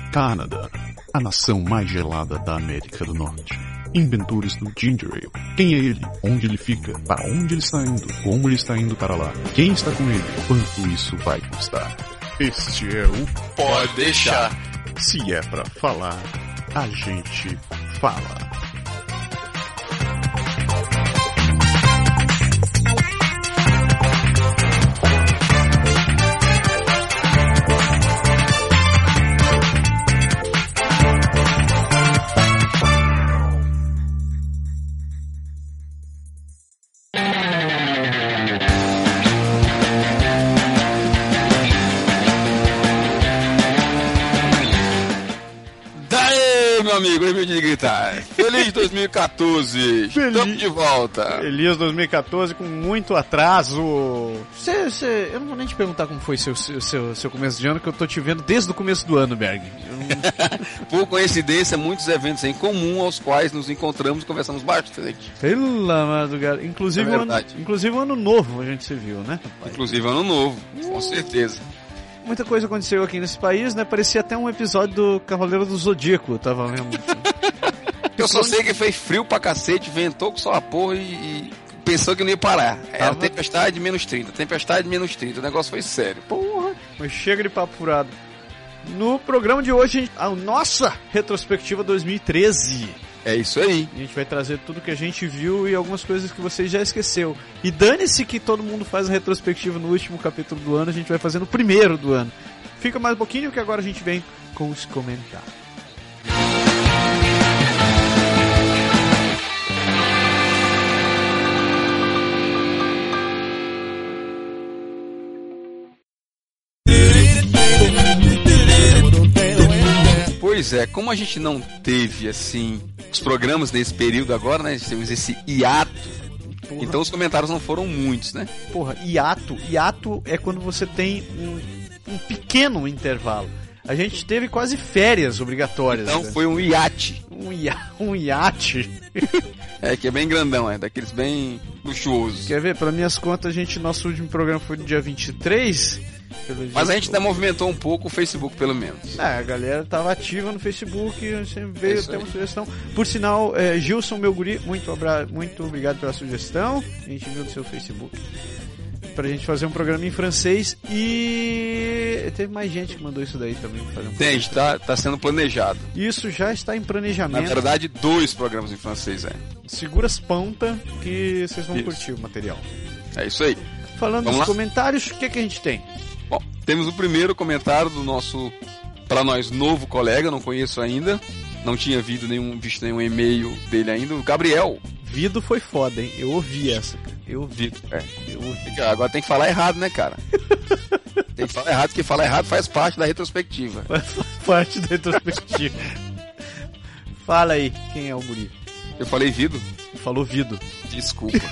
Canadá, a nação mais gelada da América do Norte. Inventores do Ginger Ale. Quem é ele? Onde ele fica? Para onde ele está indo? Como ele está indo para lá? Quem está com ele? Quanto isso vai custar? Este é o Pode Deixar. Se é pra falar, a gente fala. Amigo, eu de gritar. Feliz 2014! Estamos de volta! Feliz 2014 com muito atraso. Eu não vou nem te perguntar como foi seu começo de ano, que eu tô te vendo desde o começo do ano, Berg. Por coincidência, muitos eventos em comum aos quais nos encontramos e conversamos bastante. Pela madrugada. Inclusive o ano novo a gente se viu, né? Rapaz? Inclusive ano novo, com certeza. Muita coisa aconteceu aqui nesse país, né? Parecia até um episódio do Cavaleiro do Zodíaco, eu tava vendo. Eu só sei que fez frio pra cacete, ventou com só a porra e pensou que não ia parar. Era tempestade menos 30, tempestade menos 30, o negócio foi sério. Porra, mas chega de papo furado. No programa de hoje, a nossa retrospectiva 2013. É isso aí. A gente vai trazer tudo que a gente viu e algumas coisas que você já esqueceu. E dane-se que todo mundo faz a retrospectiva no último capítulo do ano, a gente vai fazer no primeiro do ano. Fica mais um pouquinho que agora a gente vem com os comentários. Pois é, como a gente não teve, assim, os programas nesse período agora, né? Temos esse hiato. Porra. Então os comentários não foram muitos, né? Porra, hiato é quando você tem um pequeno intervalo. A gente teve quase férias obrigatórias. Então foi um iate. Um iate? É, que é bem grandão, é daqueles bem luxuosos. Quer ver? Para minhas contas, nosso último programa foi no dia 23. Mas a gente ainda movimentou um pouco o Facebook, pelo menos. A galera tava ativa no Facebook, você veio até uma sugestão. Por sinal, Gilson, meu guri, muito obrigado pela sugestão. A gente viu no seu Facebook. Pra gente fazer um programa em francês. E teve mais gente que mandou isso daí também. Tem, tá sendo planejado. Isso já está em planejamento. Na verdade, 2 programas em francês, Segura as pontas que vocês vão curtir o material. É isso aí. Falando nos comentários, o que a gente tem? Bom, temos o primeiro comentário do nosso, para nós, novo colega, não conheço ainda, não tinha visto nenhum e-mail dele ainda, o Gabriel. Vido foi foda, hein? Eu ouvi essa, cara. Eu ouvi. Agora tem que falar errado, né, cara? Tem que falar errado, porque falar errado faz parte da retrospectiva. Faz parte da retrospectiva. Fala aí, quem é o guri? Eu falei Vido? Falou Vido. Desculpa.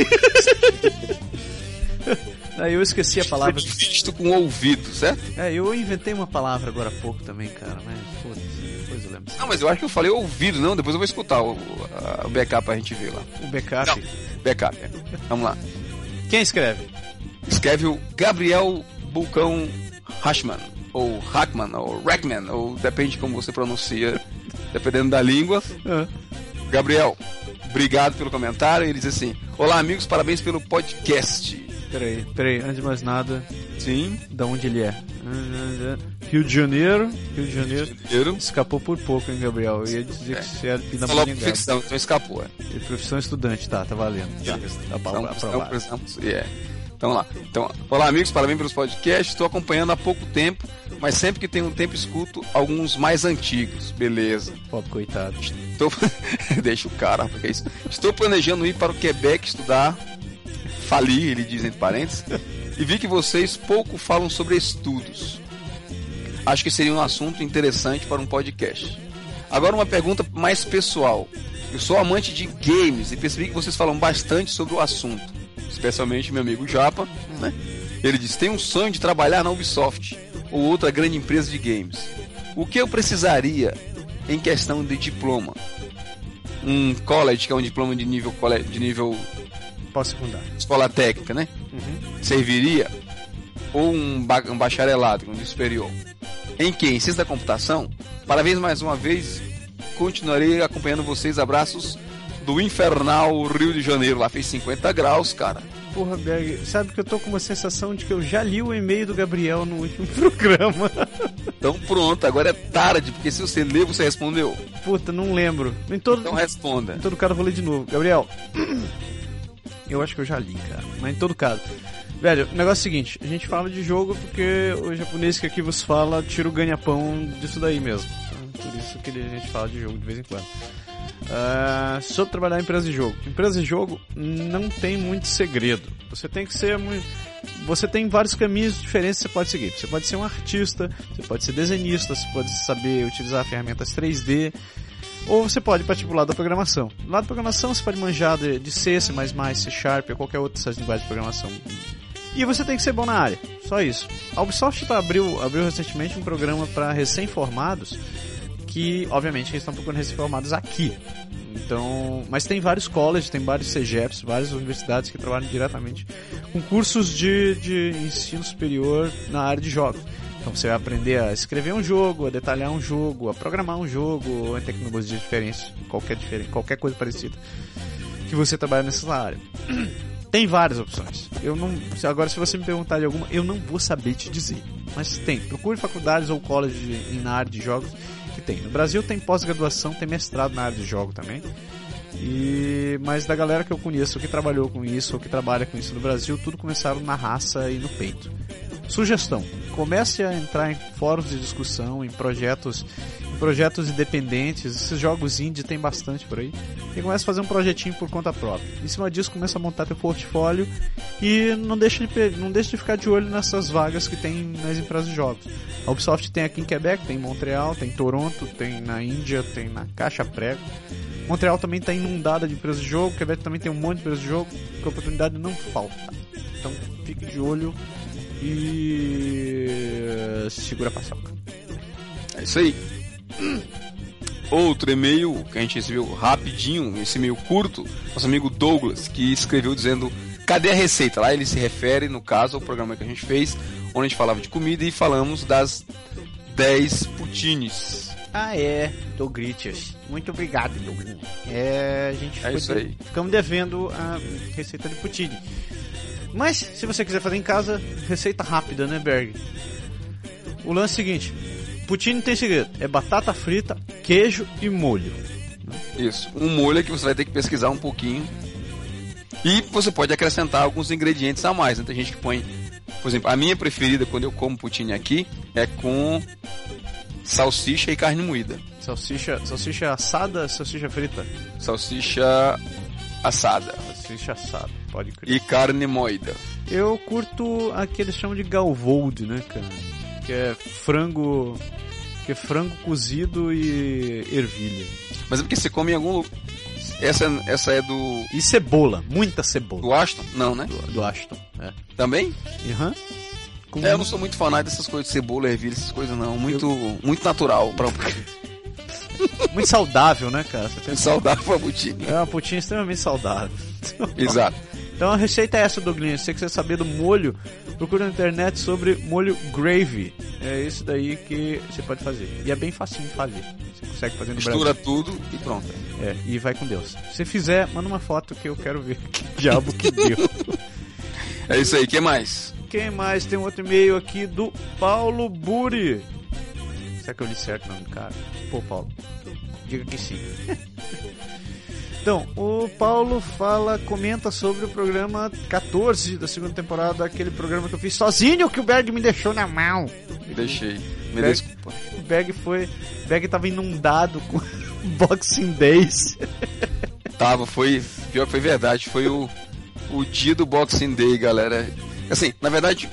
Aí eu esqueci a palavra. Visto com ouvido, certo? Eu inventei uma palavra agora há pouco também, cara, mas foda-se, depois eu lembro. Não, mas eu acho que eu falei ouvido, não, depois eu vou escutar o backup pra gente ver lá. O backup? Não, backup, Vamos lá. Quem escreve? Escreve o Gabriel Bulcão Hashman, ou Hackman, ou Rackman, ou depende de como você pronuncia, dependendo da língua. Gabriel, obrigado pelo comentário. Ele diz assim: olá amigos, parabéns pelo podcast. Peraí, antes de mais nada. Sim. Da onde ele é? Rio de Janeiro. Escapou por pouco, hein, Gabriel? Eu ia dizer que você era filho da falou profissão, então escapou. E profissão estudante, tá valendo. Então lá. Então, olá amigos, parabéns pelos podcasts. Estou acompanhando há pouco tempo, mas sempre que tenho um tempo escuto alguns mais antigos. Beleza. Pobre coitado. Deixa o cara, porque é isso. Estou planejando ir para o Quebec estudar. Fali, ele diz entre parênteses, e vi que vocês pouco falam sobre estudos. Acho que seria um assunto interessante para um podcast. Agora uma pergunta mais pessoal. Eu sou amante de games e percebi que vocês falam bastante sobre o assunto, especialmente meu amigo Japa, né? Ele diz: tem um sonho de trabalhar na Ubisoft ou outra grande empresa de games. O que eu precisaria em questão de diploma? Um college, que é um diploma de nível pós-secundário, escola técnica, né? Serviria? Ou um bacharelado, um nível superior? Em que? Em ciência da computação? Parabéns mais uma vez. Continuarei acompanhando vocês. Abraços do infernal Rio de Janeiro. Lá fez 50 graus, cara. Porra, Berg, sabe que eu tô com uma sensação de que eu já li o e-mail do Gabriel no último programa. Então pronto, agora é tarde, porque se você ler, você respondeu. Puta, não lembro. Então responda. Em todo caso, eu vou ler de novo. Gabriel, eu acho que eu já li, cara. Mas em todo caso, velho, o negócio é o seguinte: a gente fala de jogo porque o japonês que aqui vos fala tira o ganha-pão disso daí mesmo. Por isso que a gente fala de jogo de vez em quando. Sobre trabalhar em empresa de jogo. Empresa de jogo não tem muito segredo. Você tem que ser muito... Você tem vários caminhos diferentes que você pode seguir. Você pode ser um artista, você pode ser desenhista, você pode saber utilizar ferramentas 3D, ou você pode partir pro lado da programação. Do lado da programação você pode manjar de C, C++, C Sharp ou qualquer outra dessas linguagens de programação. E você tem que ser bom na área. Só isso. A Ubisoft abriu recentemente um programa para recém-formados que, obviamente, eles estão procurando recém-formados aqui. Então, mas tem vários colleges, tem vários CEGEPs, várias universidades que trabalham diretamente com cursos de ensino superior na área de jogos. Então você vai aprender a escrever um jogo, a detalhar um jogo, a programar um jogo, ou em tecnologias diferentes, qualquer coisa parecida que você trabalha nessa área. Tem várias opções. Agora, se você me perguntar de alguma, eu não vou saber te dizer. Mas tem. Procure faculdades ou colleges na área de jogos que tem. No Brasil tem pós-graduação, tem mestrado na área de jogo também. Mas da galera que eu conheço, que trabalhou com isso, ou que trabalha com isso no Brasil, tudo começaram na raça e no peito. Sugestão: comece a entrar em fóruns de discussão, em projetos independentes. Esses jogos indie tem bastante por aí. E começa a fazer um projetinho por conta própria. Em cima disso, começa a montar teu portfólio e não deixa de ficar de olho nessas vagas que tem nas empresas de jogos. A Ubisoft tem aqui em Quebec, tem em Montreal, tem em Toronto, tem na Índia, tem na Caixa Prego. Montreal também está inundada de empresas de jogo, Quebec também tem um monte de empresas de jogo, que a oportunidade não falta. Então fique de olho e segura a paçoca. É isso aí. Outro e-mail que a gente recebeu rapidinho, esse e-mail curto, nosso amigo Douglas, que escreveu dizendo: cadê a receita? Lá ele se refere, no caso, ao programa que a gente fez, onde a gente falava de comida e falamos das 10 poutines. Dogritias. Muito obrigado, Douglas. A gente ficamos devendo a receita de poutine. Mas, se você quiser fazer em casa, receita rápida, né, Berg? O lance é o seguinte: poutine tem segredo, é batata frita, queijo e molho. Isso, um molho que você vai ter que pesquisar um pouquinho. E você pode acrescentar alguns ingredientes a mais, né? Tem gente que põe, por exemplo, a minha preferida quando eu como poutine aqui é com salsicha e carne moída. Salsicha assada, salsicha frita? Salsicha assada. Salsicha assada, pode crer. E carne moída. Eu curto a que eles chamam de galvold, né, cara? Que é frango cozido e ervilha. Mas é porque você come em algum lugar. Essa é do... E cebola, muita cebola. Do Ashton? Não, né? Do Ashton, é. Também? Aham. Eu não sou muito fanático dessas coisas de cebola, ervilha, essas coisas não. Muito natural pra... Muito saudável, né, cara? Muito saudável pra poutine. É uma poutine extremamente saudável. Exato. Então a receita é essa, Douglas. Se você quiser saber do molho, procura na internet sobre molho gravy. É isso daí que você pode fazer. E é bem facinho de fazer. Você consegue fazer no Mistura Brasil. tudo e pronto. E vai com Deus. Se fizer, manda uma foto que eu quero ver que diabo que deu. É isso aí, o que mais? Quem mais? Tem um outro e-mail aqui do Paulo Buri. Será que eu li certo o nome do cara? Pô, Paulo, diga que sim. Então, o Paulo comenta sobre o programa 14 da segunda temporada, aquele programa que eu fiz sozinho, que o Berg me deixou na mão. Deixei, me desculpa. O Berg tava inundado com Boxing Days. Pior que foi verdade, foi o dia do Boxing Day, galera. Assim, na verdade,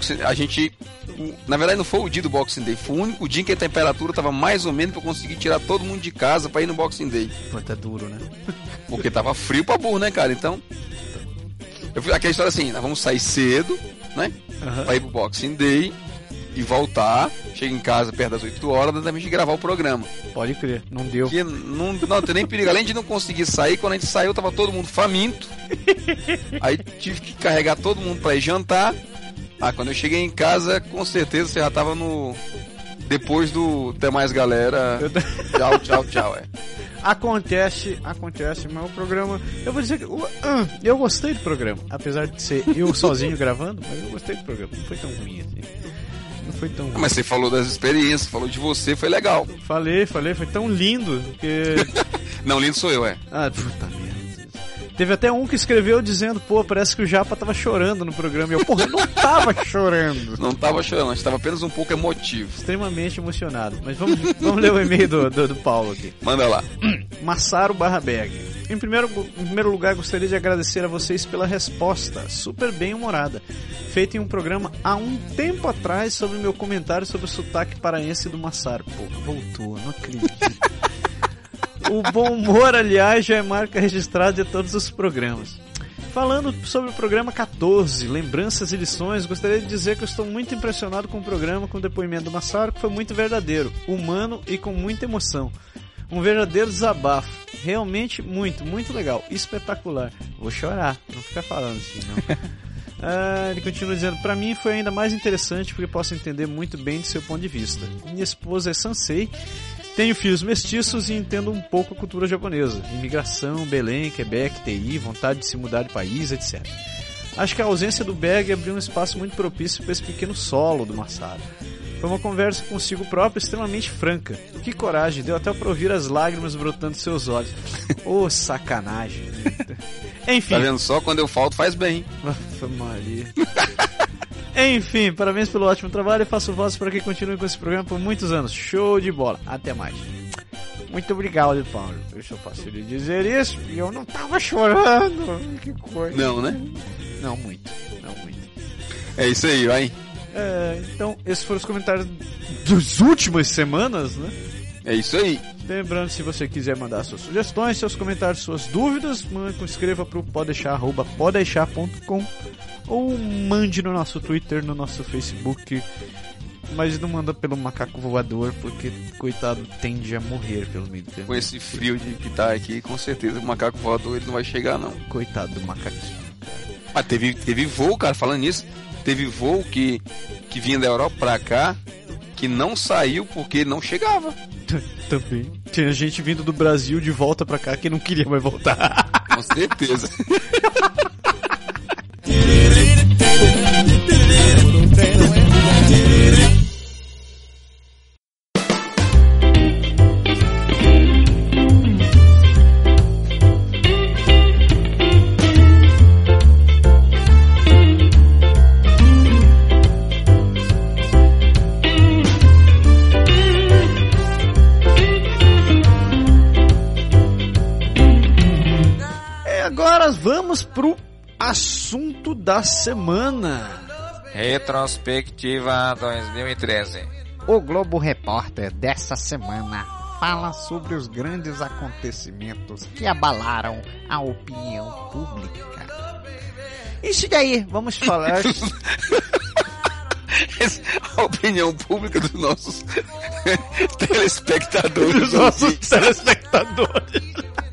na verdade não foi o dia do Boxing Day, foi o único dia em que a temperatura tava mais ou menos pra eu conseguir tirar todo mundo de casa pra ir no Boxing Day. Pô, tá duro, né? Porque tava frio pra burro, né, cara? Então, eu fiz aquela história assim: nós vamos sair cedo, né? Pra ir pro Boxing Day e voltar. Chega em casa perto das 8 horas, dá também de gravar o programa. Pode crer, não deu. Porque não tem nem perigo. Além de não conseguir sair, quando a gente saiu, tava todo mundo faminto. Aí tive que carregar todo mundo pra ir jantar. Quando eu cheguei em casa, com certeza você já tava no Depois do Até Mais Galera, tchau, Acontece, mas o programa... Eu vou dizer que eu gostei do programa. Apesar de ser eu sozinho gravando, mas eu gostei do programa. Não foi tão ruim assim. Não foi tão ruim. Mas você falou das experiências, falou de você, foi legal. Falei, foi tão lindo que... Não, lindo sou eu, Ah, puta merda. Teve até um que escreveu dizendo, pô, parece que o Japa tava chorando no programa. E eu, porra, eu não tava chorando. Não tava chorando, a gente tava apenas um pouco emotivo. Extremamente emocionado. Mas vamos ler o e-mail do Paulo aqui. Manda lá. Massaro/Berg. Em primeiro lugar, gostaria de agradecer a vocês pela resposta, super bem humorada, feita em um programa há um tempo atrás sobre o meu comentário sobre o sotaque paraense do Massaro. Pô, voltou, não acredito. O bom humor, aliás, já é marca registrada de todos os programas. Falando sobre o programa 14, Lembranças e Lições, gostaria de dizer que eu estou muito impressionado com o programa, com o depoimento do Massaro, que foi muito verdadeiro, humano e com muita emoção. Um verdadeiro desabafo. Realmente muito, muito legal. Espetacular. Vou chorar, não ficar falando assim, não. Ele continua dizendo, pra mim foi ainda mais interessante porque posso entender muito bem de seu ponto de vista. Minha esposa é Sansei, tenho filhos mestiços e entendo um pouco a cultura japonesa. Imigração, Belém, Quebec, TI, vontade de se mudar de país, etc. Acho que a ausência do Berg abriu um espaço muito propício para esse pequeno solo do Massaro. Foi uma conversa consigo próprio extremamente franca. Que coragem, deu até pra ouvir as lágrimas brotando de seus olhos. Ô, sacanagem. Enfim. Tá vendo só? Quando eu falto faz bem. Nossa, Maria. Enfim, parabéns pelo ótimo trabalho e faço voz para que continue com esse programa por muitos anos. Show de bola. Até mais. Muito obrigado, Paulo. Eu só posso lhe dizer isso e eu não tava chorando. Que coisa. Não, né? Não muito. É isso aí, vai. Então, esses foram os comentários das últimas semanas, né? É isso aí. Lembrando, se você quiser mandar suas sugestões, seus comentários, suas dúvidas, escreva para o podeixar@podeixar.com ou mande no nosso Twitter, no nosso Facebook, mas não manda pelo macaco voador, porque, coitado, tende a morrer pelo meio do caminho. Com esse frio que tá aqui, com certeza o macaco voador ele não vai chegar, não. Coitado do macaquinho, cara. Ah, teve voo, cara, falando nisso, teve voo que vinha da Europa pra cá, que não saiu porque não chegava. Também. Tinha gente vindo do Brasil de volta pra cá que não queria mais voltar. Com certeza. Agora vamos pro assunto da semana. Retrospectiva 2013. O Globo Repórter dessa semana fala sobre os grandes acontecimentos que abalaram a opinião pública. Isso daí, vamos falar... A opinião pública dos nossos telespectadores. Dos nossos telespectadores.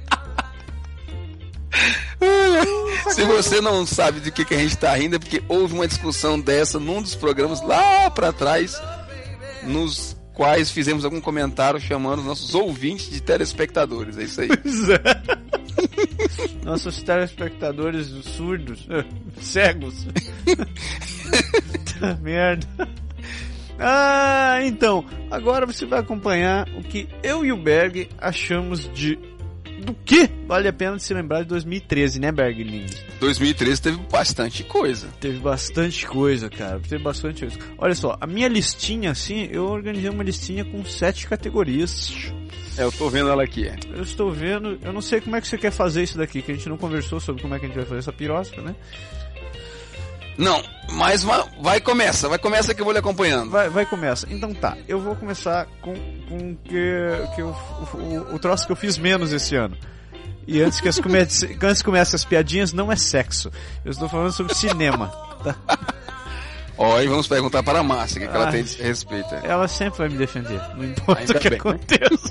Se você não sabe do que a gente tá rindo, é porque houve uma discussão dessa num dos programas lá pra trás, nos quais fizemos algum comentário chamando os nossos ouvintes de telespectadores. É isso aí. Nossos telespectadores surdos, cegos. Tá merda. Então, agora você vai acompanhar o que eu e o Berg achamos do que vale a pena de se lembrar de 2013, né, Berg Lins? 2013 teve bastante coisa. Teve bastante coisa, cara. Teve bastante coisa. Olha só, a minha listinha, assim, eu organizei uma listinha com 7 categorias. Eu tô vendo ela aqui. Eu estou vendo. Eu não sei como é que você quer fazer isso daqui, que a gente não conversou sobre como é que a gente vai fazer essa pirosca, né? Não, mas vai começa que eu vou lhe acompanhando. Vai começa. Então tá, eu vou começar com o troço que eu fiz menos esse ano. E antes que comecem as piadinhas, não é sexo. Eu estou falando sobre cinema, tá? Ó, e vamos perguntar para a Márcia, o que ela tem de respeito. Ela sempre vai me defender, não importa o que aconteça.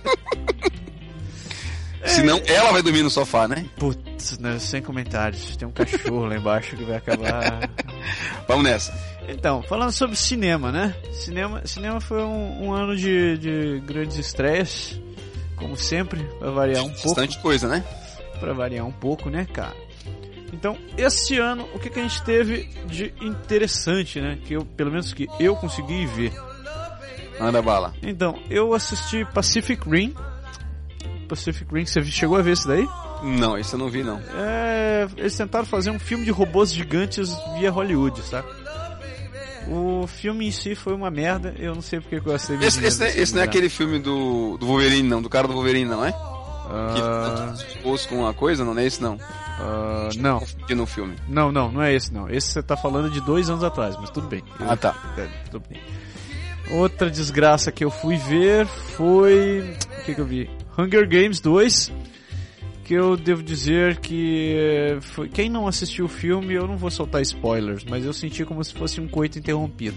Senão ela vai dormir no sofá, né? Putz, né, sem comentários. Tem um cachorro lá embaixo que vai acabar. Vamos nessa. Então, falando sobre cinema, né? Cinema foi um ano de grandes estreias, como sempre, pra variar um pouco. Bastante coisa, né? Pra variar um pouco, né, cara? Então, esse ano, o que a gente teve de interessante, né? Que pelo menos que eu consegui ver. Anda bala. Então, eu assisti Pacific Rim. Você chegou a ver isso daí? Não, isso eu não vi, não. Eles tentaram fazer um filme de robôs gigantes via Hollywood, sabe? O filme em si foi uma merda, eu não sei porque eu gostei Esse não é aquele filme do Wolverine, não, do cara do Wolverine, não é? Que expôs com uma coisa, não é esse, não? Não. No filme. Não é esse, não. Esse você tá falando de 2 anos atrás, mas tudo bem. Tá. Tudo bem. Outra desgraça que eu fui ver foi... O que eu vi? Hunger Games 2, que eu devo dizer que foi... Quem não assistiu o filme, eu não vou soltar spoilers, mas eu senti como se fosse um coito interrompido.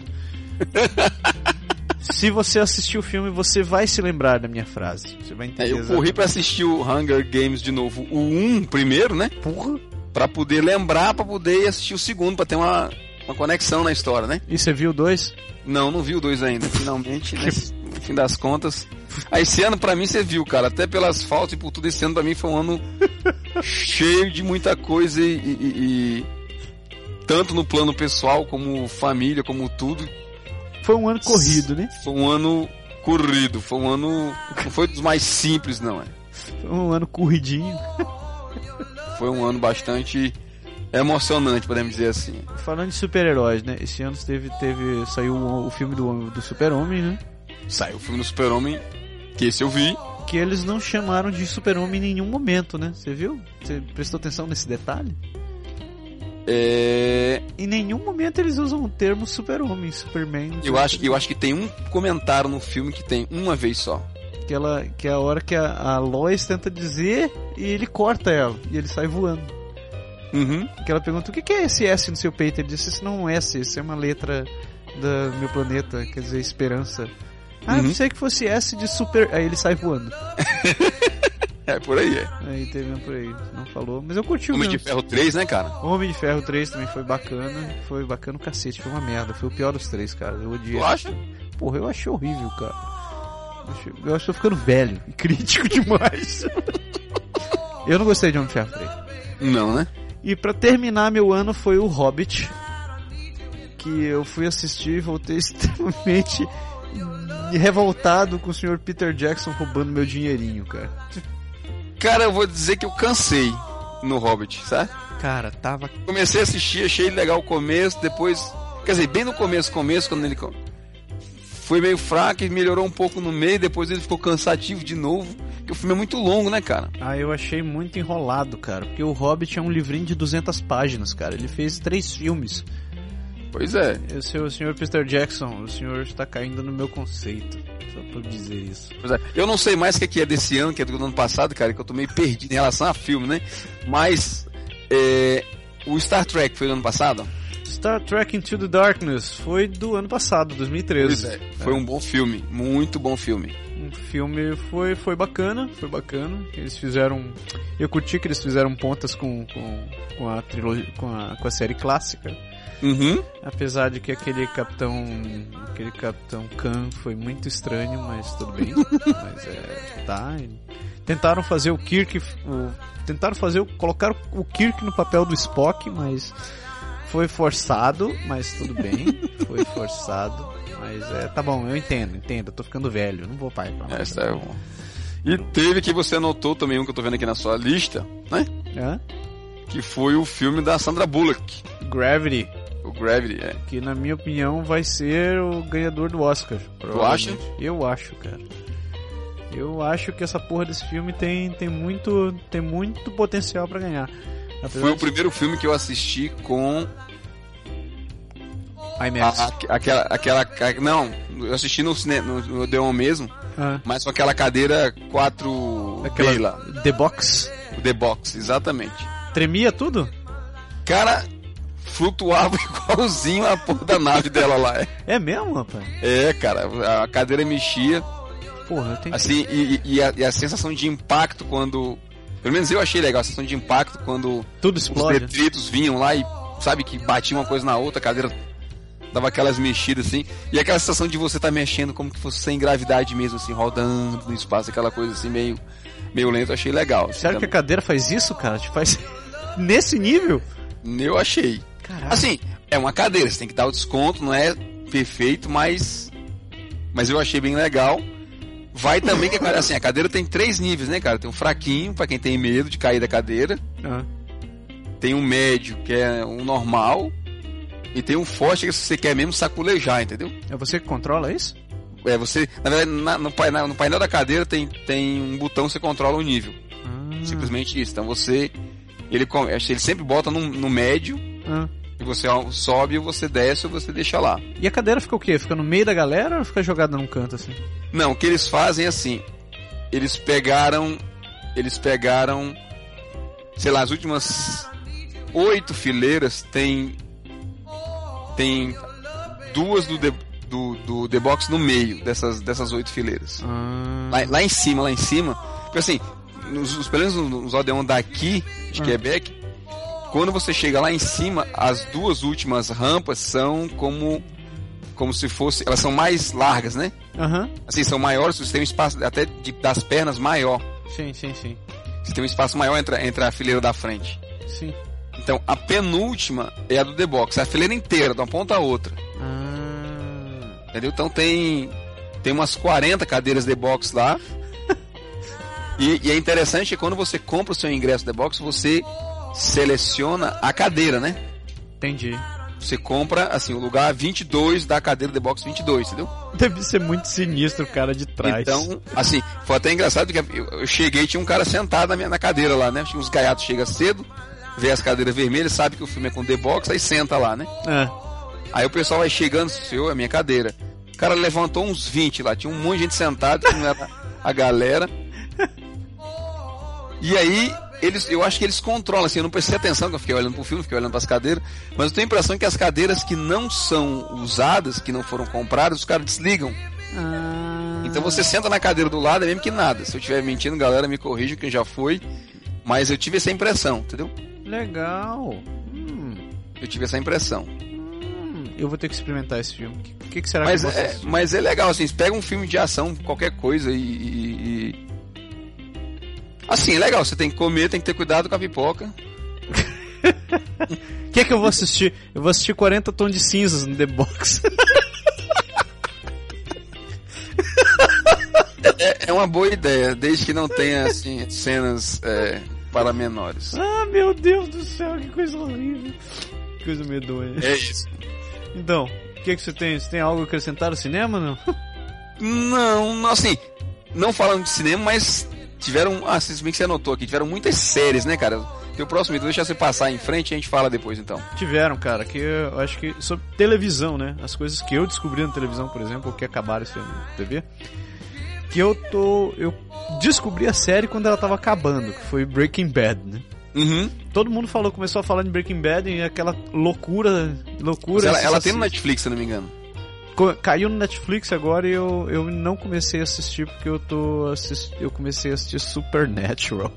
Se você assistiu o filme, você vai se lembrar da minha frase. Você vai entender. Eu corri pra assistir o Hunger Games de novo, o 1 primeiro, né? Porra! Pra poder lembrar, pra poder assistir o segundo, pra ter uma conexão na história, né? E você viu o 2? Não vi o 2 ainda, finalmente, né? No fim das contas. Esse ano pra mim você viu, cara, até pelas faltas e por tudo, esse ano pra mim foi um ano cheio de muita coisa e tanto no plano pessoal, como família, como tudo. Foi um ano corrido, né? Foi um ano corrido, foi um ano... Não foi dos mais simples, não, é? Foi um ano corridinho. Foi um ano bastante emocionante, podemos dizer assim. Falando de super-heróis, né? Esse ano saiu o filme do Super-Homem, né? Saiu o filme do Super-Homem, que esse eu vi. Que eles não chamaram de Super-Homem em nenhum momento, né? Você viu? Você prestou atenção nesse detalhe? Em nenhum momento eles usam o termo Super-Homem, Superman. Eu acho que tem um comentário no filme que tem uma vez só. Que é a hora que a Lois tenta dizer e ele corta ela. E ele sai voando. Uhum. Que ela pergunta, o que é esse S no seu peito? Ele disse, isso não é um S, isso é uma letra do meu planeta, quer dizer, esperança. Eu pensei que fosse S de super... Aí ele sai voando. Por aí, Aí teve um por aí, não falou, mas eu curti o Homem de Ferro 3, né, cara? Homem de Ferro 3 também foi bacana o cacete, foi uma merda, foi o pior dos 3, cara, eu odiei. Tu acha? Porra, eu achei horrível, cara. Eu acho que tô ficando velho e crítico demais. Eu não gostei de Homem de Ferro 3. Não, né? E pra terminar meu ano foi o Hobbit, que eu fui assistir e voltei extremamente revoltado com o Sr. Peter Jackson roubando meu dinheirinho, cara. Cara, eu vou dizer que eu cansei no Hobbit, sabe? Cara, tava... Comecei a assistir, achei legal o começo, depois... Quer dizer, bem no começo, quando ele... Foi meio fraco e melhorou um pouco no meio, depois ele ficou cansativo de novo, porque o filme é muito longo, né, cara? Eu achei muito enrolado, cara, porque o Hobbit é um livrinho de 200 páginas, cara. Ele fez 3 filmes. Pois é. O senhor Peter Jackson, o senhor está caindo no meu conceito, só por dizer isso. Pois é. Eu não sei mais o que é desse ano, que é do ano passado, cara, que eu tô meio perdido em relação a filme, né? Mas, o Star Trek foi do ano passado? Star Trek Into the Darkness foi do ano passado, 2013. Pois é. Foi um bom filme, muito bom filme. O filme foi bacana, eles fizeram... Eu curti que eles fizeram pontas com a trilogia, com a série clássica. Uhum. Apesar de que aquele Capitão Khan foi muito estranho, mas tudo bem. Mas tá. Tentaram fazer o Kirk, colocar o Kirk no papel do Spock, mas foi forçado, mas tudo bem. Foi forçado, mas tá bom, eu entendo, eu tô ficando velho, não vou pai pra lá. Essa é bom. E teve que você anotou também um que eu tô vendo aqui na sua lista, né? Que foi o filme da Sandra Bullock. Gravity. O Gravity, que na minha opinião vai ser o ganhador do Oscar. Tu acha? Eu acho, cara. Eu acho que essa porra desse filme tem muito potencial pra ganhar. Foi o primeiro filme que eu assisti com... IMAX. Não, eu assisti no cinema, no Odeon mesmo, mas com aquela cadeira 4D lá. The Box? The Box, exatamente. Tremia tudo? Cara... Flutuava igualzinho a porra da nave dela lá. É mesmo, rapaz? Cara, a cadeira mexia. Porra, eu tenho assim, e a sensação de impacto quando... Pelo menos eu achei legal a sensação de impacto quando tudo explode. Os detritos vinham lá e, sabe, que batiam uma coisa na outra, a cadeira dava aquelas mexidas assim, e aquela sensação de você tá mexendo como que fosse sem gravidade mesmo, assim, rodando no espaço, aquela coisa assim, meio lento, eu achei legal. Assim, Sério que a cadeira faz isso, cara? Te faz nesse nível? Eu achei. Caraca. Assim, é uma cadeira, você tem que dar o desconto, não é perfeito, mas eu achei bem legal. Vai também que assim, a cadeira tem 3 níveis, né, cara? Tem um fraquinho, pra quem tem medo de cair da cadeira. Tem um médio, que é um normal. E tem um forte, que você quer mesmo saculejar, entendeu? É você que controla isso? Você, na verdade, no painel da cadeira tem um botão que você controla o nível. Simplesmente isso. Então ele sempre bota no médio. E você sobe, ou você desce, ou você deixa lá. E a cadeira fica o quê? Fica no meio da galera ou fica jogada num canto assim? Não, o que eles fazem é assim. Eles pegaram, sei lá, as últimas 8 fileiras tem 2 do The Box no meio dessas 8 fileiras. Lá em cima. Porque assim, pelo menos nos Odeon daqui, de Quebec, quando você chega lá em cima, as 2 últimas rampas são como se fosse... Elas são mais largas, né? Assim, são maiores, você tem um espaço até das pernas maior. Sim. Você tem um espaço maior entre a fileira da frente. Sim. Então, a penúltima é a do The Box. É a fileira inteira, de uma ponta a outra. Entendeu? Então tem umas 40 cadeiras The Box lá. E é interessante que quando você compra o seu ingresso The Box, você seleciona a cadeira, né? Entendi. Você compra, assim, o lugar 22 da cadeira The Box 22, entendeu? Deve ser muito sinistro o cara de trás. Então, assim, foi até engraçado que eu cheguei e tinha um cara sentado na cara lá, né? Tinha uns gaiatos, chega cedo, vê as cadeiras vermelhas, sabe que o filme é com The Box, aí senta lá, né? Aí o pessoal vai chegando, senhor, é a minha cadeira. O cara levantou uns 20 lá, tinha um monte de gente sentada, que não era a galera. E aí, eu acho que eles controlam, assim, eu não prestei atenção, que eu fiquei olhando pro filme, fiquei olhando pras cadeiras, mas eu tenho a impressão que as cadeiras que não são usadas, que não foram compradas, os caras desligam. Então você senta na cadeira do lado, é mesmo que nada. Se eu estiver mentindo, galera, me corrija, quem já foi. Mas eu tive essa impressão, entendeu? Legal. Eu tive essa impressão. Eu vou ter que experimentar esse filme. O que será mas que eu vou assistir? Mas é legal, assim, você pega um filme de ação, qualquer coisa Assim, é legal, você tem que comer, tem que ter cuidado com a pipoca. O que eu vou assistir? Eu vou assistir 40 Tons de Cinzas no The Box. É uma boa ideia, desde que não tenha, assim, cenas para menores. Meu Deus do céu, que coisa horrível. Que coisa medonha. É isso. Então, o que você tem? Você tem algo a acrescentar ao cinema, não? Não, assim, não falando de cinema, mas tiveram, se bem que você anotou aqui, tiveram muitas séries, né, cara? Tem o próximo vídeo, deixa você passar em frente e a gente fala depois, então. Tiveram, cara, que eu acho que sobre televisão, né? As coisas que eu descobri na televisão, por exemplo, ou que acabaram sendo na TV, que eu descobri a série quando ela tava acabando, que foi Breaking Bad, né? Todo mundo começou a falar de Breaking Bad e aquela loucura. Ela tem no Netflix, se não me engano. Caiu no Netflix agora e eu não comecei a assistir porque eu comecei a assistir Supernatural.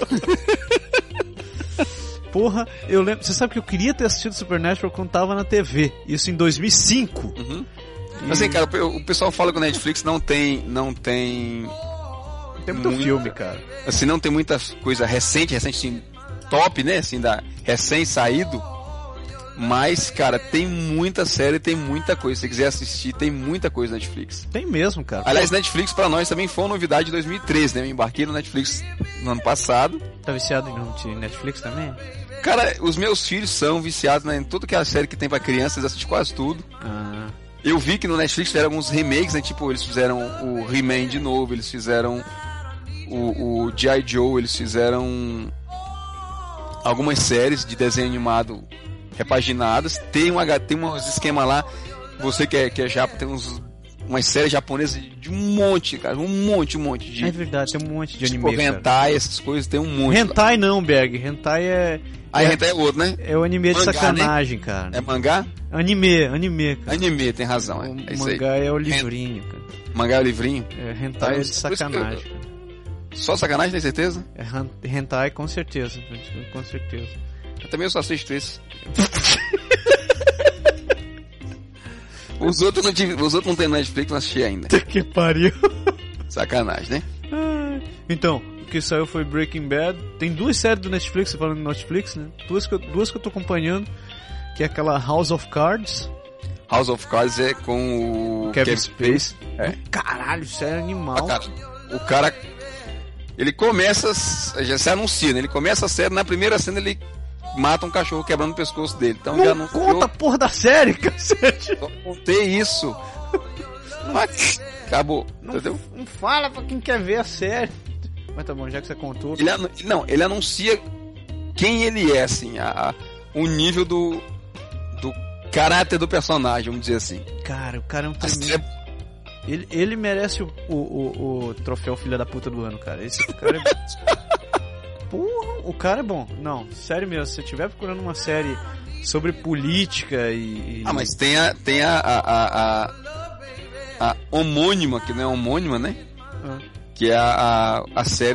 Porra, eu lembro. Você sabe que eu queria ter assistido Supernatural quando tava na TV. Isso em 2005. Assim, cara, o pessoal fala que o Netflix não tem tem muito filme, cara. Assim, não tem muita coisa recente assim, top, né? Assim, recém-saído. Mas, cara, tem muita série, tem muita coisa. Se você quiser assistir, tem muita coisa na Netflix. Tem mesmo, cara. Aliás, Netflix pra nós também foi uma novidade de 2013, né? Eu embarquei no Netflix no ano passado. Tá viciado em Netflix também? Cara, os meus filhos são viciados em tudo que é a série que tem pra criança, eles assistem quase tudo. Eu vi que no Netflix fizeram alguns remakes, né? Tipo, eles fizeram o He-Man de novo, eles fizeram o G.I. Joe, eles fizeram algumas séries de desenho animado repaginadas. Tem uns esquemas lá, você que é japa, tem umas séries japonesas de um monte, cara, um monte de... É verdade, tem um monte de anime, tipo, hentai, essas coisas, tem um monte. Hentai lá. Não, Berg, hentai hentai é outro, né? É o anime mangá, de sacanagem, né? cara. É mangá? Anime, cara. Anime, tem razão. O mangá é o livrinho, cara. Mangá é o livrinho? Hentai é de sacanagem, cara. Só sacanagem, tem certeza? Hentai, com certeza. Com certeza. Eu também só assisto isso. Os outros não tem Netflix, não assisti ainda. Que pariu. Sacanagem, né? Então, o que saiu foi Breaking Bad. Tem 2 séries do Netflix, você falando de Netflix, né? Duas que eu tô acompanhando, que é aquela House of Cards. House of Cards é com o Kevin Spacey. É. Caralho, sério, animal. O cara, ele começa, já se anuncia, né? Ele começa a série, na primeira cena ele mata um cachorro quebrando o pescoço dele. Então não já não conta a porra da série, cacete. Só contei isso. Mas acabou, entendeu? Não fala pra quem quer ver a série. Mas tá bom, já que você contou. Ele anuncia quem ele é, assim, o nível do caráter do personagem, vamos dizer assim. Cara, o cara é um tremendo. Ele merece o troféu filha da puta do ano, cara. Esse cara é... Porra, o cara é bom. Não, sério mesmo, se você estiver procurando uma série sobre política e... Ah, mas tem a homônima, que não é homônima, né? Que é a série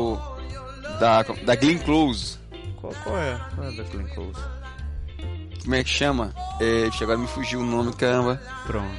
da Glenn Close. Qual é? Qual é da Glenn Close? Como é que chama? Agora me fugiu o nome, caramba. Pronto.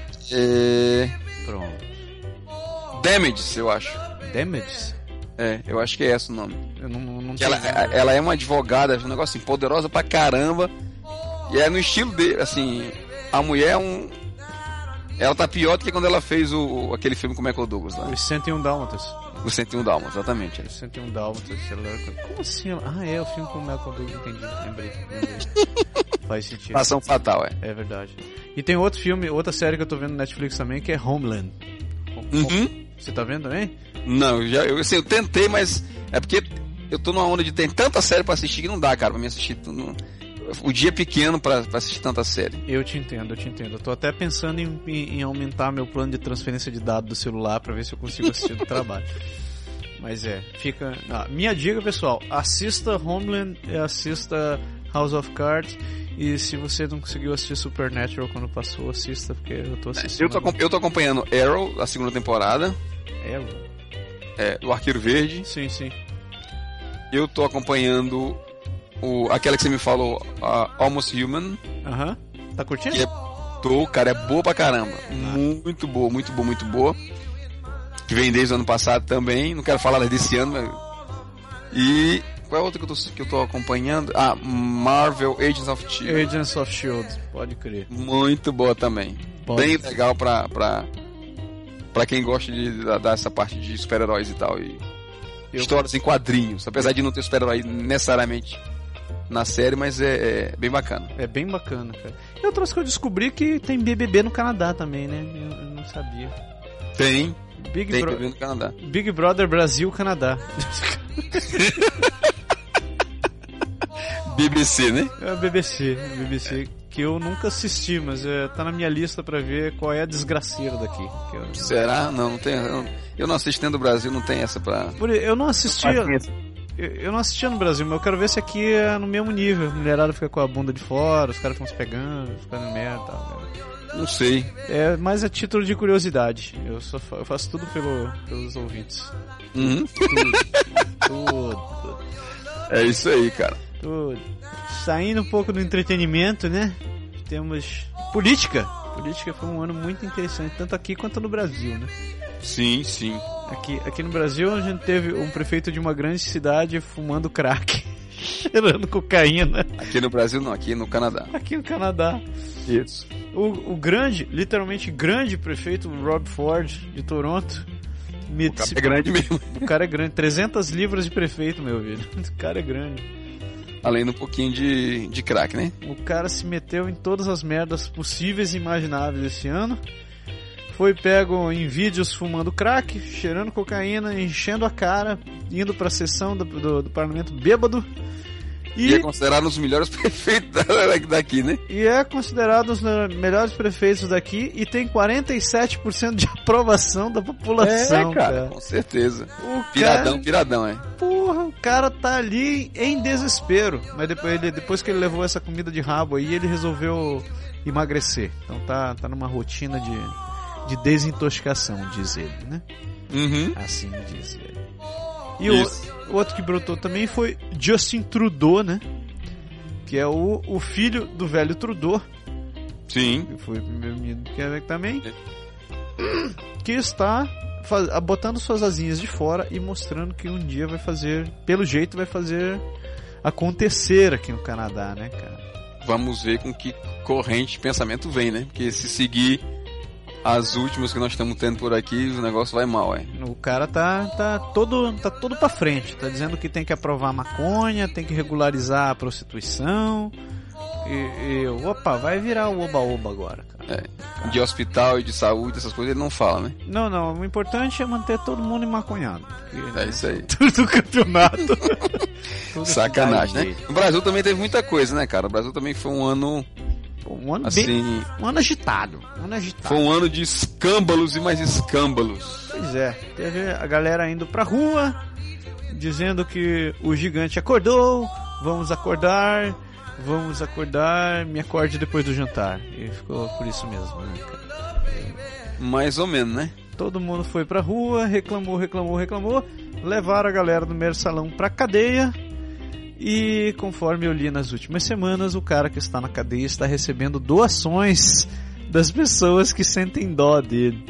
Damages, eu acho. Damages? Eu acho que é esse o nome. Eu não que ela é uma advogada, um negócio assim, poderosa pra caramba. E é no estilo dele, assim, a mulher ela tá pior do que quando ela fez aquele filme com o Michael Douglas lá. Os 101 Dálmatas. Os 101 Dálmatas, exatamente. Os 101 Dálmatas. Como assim? É o filme com o Michael Douglas, entendi. Lembrei. Faz sentido. Ação Fatal, É verdade. E tem outro filme, outra série que eu tô vendo no Netflix também, que é Homeland. Você tá vendo também? Não, eu tentei, mas é porque eu tô numa onda de ter tanta série pra assistir que não dá, cara, pra me assistir tudo. O dia é pequeno pra assistir tanta série. Eu te entendo. Eu tô até pensando em aumentar meu plano de transferência de dados do celular pra ver se eu consigo assistir do trabalho. Mas fica... minha dica, pessoal, assista Homeland e assista House of Cards. E se você não conseguiu assistir Supernatural quando passou, assista, porque eu tô assistindo. Eu tô acompanhando Arrow, a segunda temporada. Arrow? Do Arqueiro Verde. Sim. Eu tô acompanhando aquela que você me falou, Almost Human. Tá curtindo? Cara, é boa pra caramba. Muito boa. Que vem desde o ano passado também. Não quero falar desse ano, mas... E qual é a outra que eu tô acompanhando? Marvel Agents of S.H.I.E.L.D. Agents of S.H.I.E.L.D., pode crer. Muito boa também. Bem legal pra quem gosta de dar essa parte de super-heróis e tal. E histórias em quadrinhos. Apesar de não ter super-herói necessariamente na série, mas é bem bacana. É bem bacana, cara. E outras que eu descobri que tem BBB no Canadá também, né? Eu não sabia. Tem BBB no Canadá. Big Brother Brasil, Canadá. BBC, né? BBC, que eu nunca assisti, mas tá na minha lista pra ver qual é a desgraceira daqui. Será? Não tem. Eu não assisti dentro do Brasil, não tem essa pra... Eu não assistia... Eu não assistia no Brasil, mas eu quero ver se aqui é no mesmo nível. A mulherada fica com a bunda de fora, os caras ficam se pegando, ficando merda e tal. Não sei. É mais a título de curiosidade. Eu faço tudo pelos ouvintes. Tudo. É isso aí, cara. Tudo. Saindo um pouco do entretenimento, né? Temos política. Política foi um ano muito interessante, tanto aqui quanto no Brasil, né? Sim. Aqui no Brasil a gente teve um prefeito de uma grande cidade fumando crack, cheirando cocaína. Aqui no Brasil não, aqui no Canadá. Aqui no Canadá. Isso. O grande, literalmente grande prefeito, Rob Ford, de Toronto. O cara é grande mesmo. O cara é grande, 300 libras de prefeito, meu filho. O cara é grande. Além de um pouquinho de crack, né? O cara se meteu em todas as merdas possíveis e imagináveis esse ano. Foi pego em vídeos fumando crack, cheirando cocaína, enchendo a cara, indo pra sessão do parlamento bêbado. E é considerado um dos melhores prefeitos daqui, né? E é considerado um dos melhores prefeitos daqui e tem 47% de aprovação da população, cara. Com certeza. Piradão, é. Porra, o cara tá ali em desespero. Mas depois que ele levou essa comida de rabo aí, ele resolveu emagrecer. Então tá numa rotina de desintoxicação, diz ele, né? Assim diz ele. E o outro que brotou também foi Justin Trudeau, né? Que é o filho do velho Trudeau, Sim. que foi o primeiro menino do Quebec também, que está botando suas asinhas de fora e mostrando que um dia vai fazer, pelo jeito vai fazer acontecer aqui no Canadá, né, cara? Vamos ver com que corrente de pensamento vem, né? Porque se seguir as últimas que nós estamos tendo por aqui, o negócio vai mal, é. O cara tá todo pra frente, tá dizendo que tem que aprovar maconha, tem que regularizar a prostituição, opa, vai virar o oba-oba agora, cara. De hospital e de saúde, essas coisas ele não fala, né? Não, o importante é manter todo mundo emmaconhado. É isso aí. Tudo campeonato. Sacanagem, né? O Brasil também teve muita coisa, né, cara? O Brasil também foi um ano... Um ano assim, um ano agitado. Foi um ano de escândalos e mais escândalos. Pois é, teve a galera indo pra rua, dizendo que o gigante acordou, vamos acordar, me acorde depois do jantar. E ficou por isso mesmo, né, cara? Mais ou menos, né? Todo mundo foi pra rua, reclamou, levaram a galera do Mensalão pra cadeia. E conforme eu li nas últimas semanas, o cara que está na cadeia está recebendo doações das pessoas que sentem dó dele.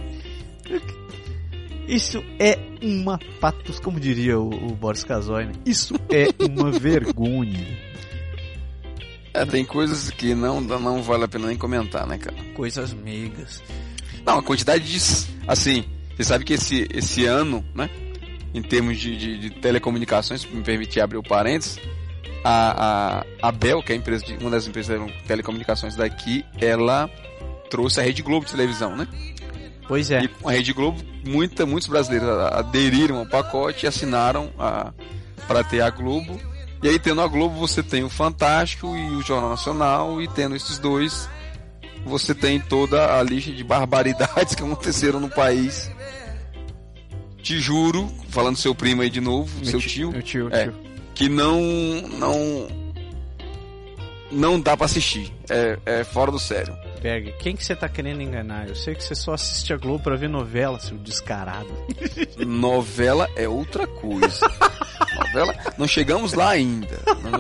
Isso é uma patos, como diria o Boris Casoy, né? Isso é uma vergonha. Tem coisas que não vale a pena nem comentar, né, cara? Coisas meigas. Não, a quantidade de... Assim, você sabe que esse ano, né, em termos de telecomunicações, me permitir abrir o parênteses, a Bell, que é uma das empresas de telecomunicações daqui, ela trouxe a Rede Globo de televisão, né? Pois é. E com a Rede Globo, muitos brasileiros aderiram ao pacote e assinaram para ter a Globo. E aí, tendo a Globo, você tem o Fantástico e o Jornal Nacional, e tendo esses dois, você tem toda a lista de barbaridades que aconteceram no país. Te juro, falando seu primo aí de novo, seu tio. Meu tio. Que não dá pra assistir. É fora do sério. Berg, quem que você tá querendo enganar? Eu sei que você só assiste a Globo pra ver novela, seu descarado. Novela é outra coisa. Novela, não chegamos lá ainda.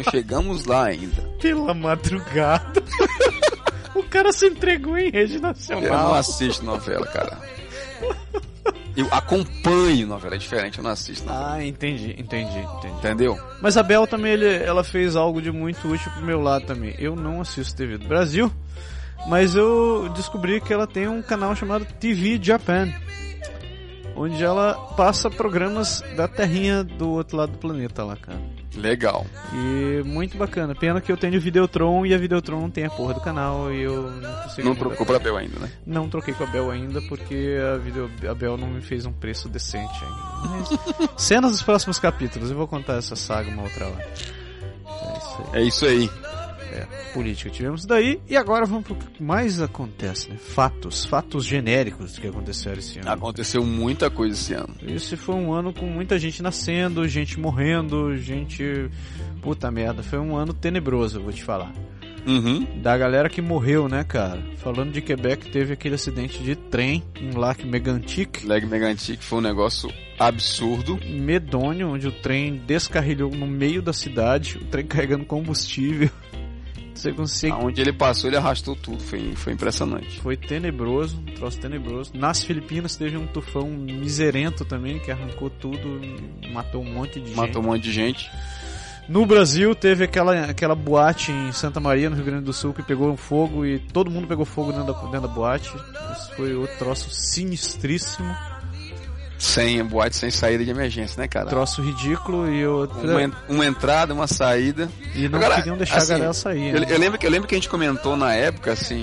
Pela madrugada. O cara se entregou em rede nacional. Eu não assisto novela, cara. Eu acompanho novela, é diferente, eu não assisto novela. Ah, entendi. Entendeu? Mas a Bel também, ela fez algo de muito útil pro meu lado também. Eu não assisto TV do Brasil, mas eu descobri que ela tem um canal chamado TV Japan, onde ela passa programas da terrinha do outro lado do planeta lá, cara. Legal. E muito bacana. Pena que eu tenho o Videotron e a Videotron não tem a porra do canal e eu não consigo... Não trocou pra Bel ainda, né? Não troquei com a Bel ainda porque a Bel não me fez um preço decente ainda. Mas, cenas dos próximos capítulos. Eu vou contar essa saga uma outra hora. É isso aí. Política tivemos daí. E agora vamos pro que mais acontece, né? Fatos genéricos que aconteceram esse ano. Aconteceu muita coisa esse ano. Esse foi um ano com muita gente nascendo, gente morrendo, gente... Puta merda, foi um ano tenebroso, eu vou te falar. Da galera que morreu, né, cara? Falando de Quebec, teve aquele acidente de trem em Lac Mégantic. Lac Mégantic foi um negócio absurdo. Medonho, onde o trem descarrilhou no meio da cidade, o trem carregando combustível. Você consegue... Onde ele passou, ele arrastou tudo. Foi impressionante. Foi tenebroso, um troço tenebroso. Nas Filipinas teve um tufão miserento também, que arrancou tudo, matou um monte de gente. No Brasil teve aquela boate em Santa Maria, no Rio Grande do Sul, que pegou fogo e todo mundo pegou fogo dentro da boate. Isso foi outro troço sinistríssimo. Boate sem saída de emergência, né, cara? Troço ridículo e uma entrada, uma saída. E não queriam deixar assim, a galera sair. Eu lembro que a gente comentou na época, assim...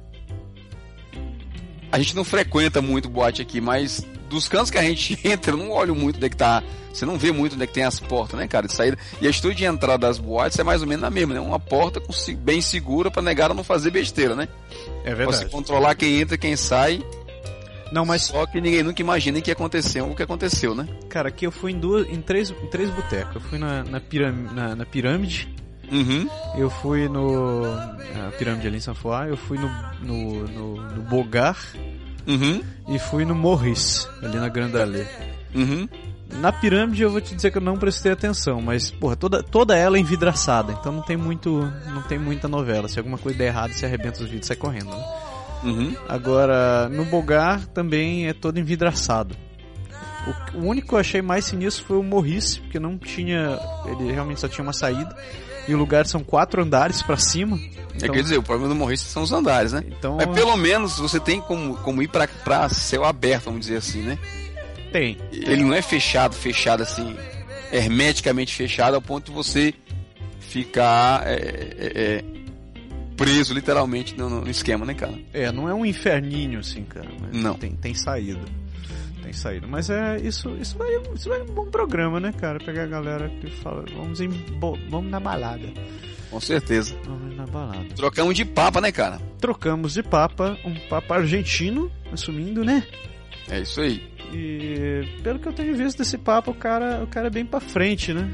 A gente não frequenta muito boate aqui, mas dos cantos que a gente entra, eu não olho muito onde é que tá... Você não vê muito onde é que tem as portas, né, cara, de saída. E a atitude de entrada das boates é mais ou menos a mesma, né? Uma porta bem segura pra negar a não fazer besteira, né? É verdade. Você controlar quem entra e quem sai... Não, mas... Só que ninguém nunca imagina que aconteceu o que aconteceu, né? Cara, aqui eu fui em três botecos. Eu fui na Pirâmide. Eu fui na Pirâmide ali em Sanfoá. Eu fui no Bogar. E fui no Morris, ali na Grande Allée. Na pirâmide eu vou te dizer que eu não prestei atenção, mas, porra, toda ela é envidraçada, então não tem muita novela. Se alguma coisa der errado, você arrebenta os vidros e sai correndo, né? Uhum. Agora, no Bogar também é todo envidraçado. O único que eu achei mais sinistro foi o Maurice, porque não tinha... Ele realmente só tinha uma saída. E o lugar são 4 andares pra cima. Então... Quer dizer, o problema do Maurice são os andares, né? Então... Mas pelo menos você tem como ir pra céu aberto, vamos dizer assim, né? Tem. Ele não é fechado assim, hermeticamente fechado, ao ponto de você ficar preso literalmente no esquema, né, cara? Não é um inferninho assim, cara. Mas não. Tem saída. Tem saída. Mas isso vai um bom programa, né, cara? Pegar a galera que fala, vamos na balada. Com certeza. Vamos na balada. Trocamos de papa, né, cara? Trocamos de papa, um papa argentino, assumindo, né? É isso aí. E pelo que eu tenho visto desse papo, o cara é bem pra frente, né?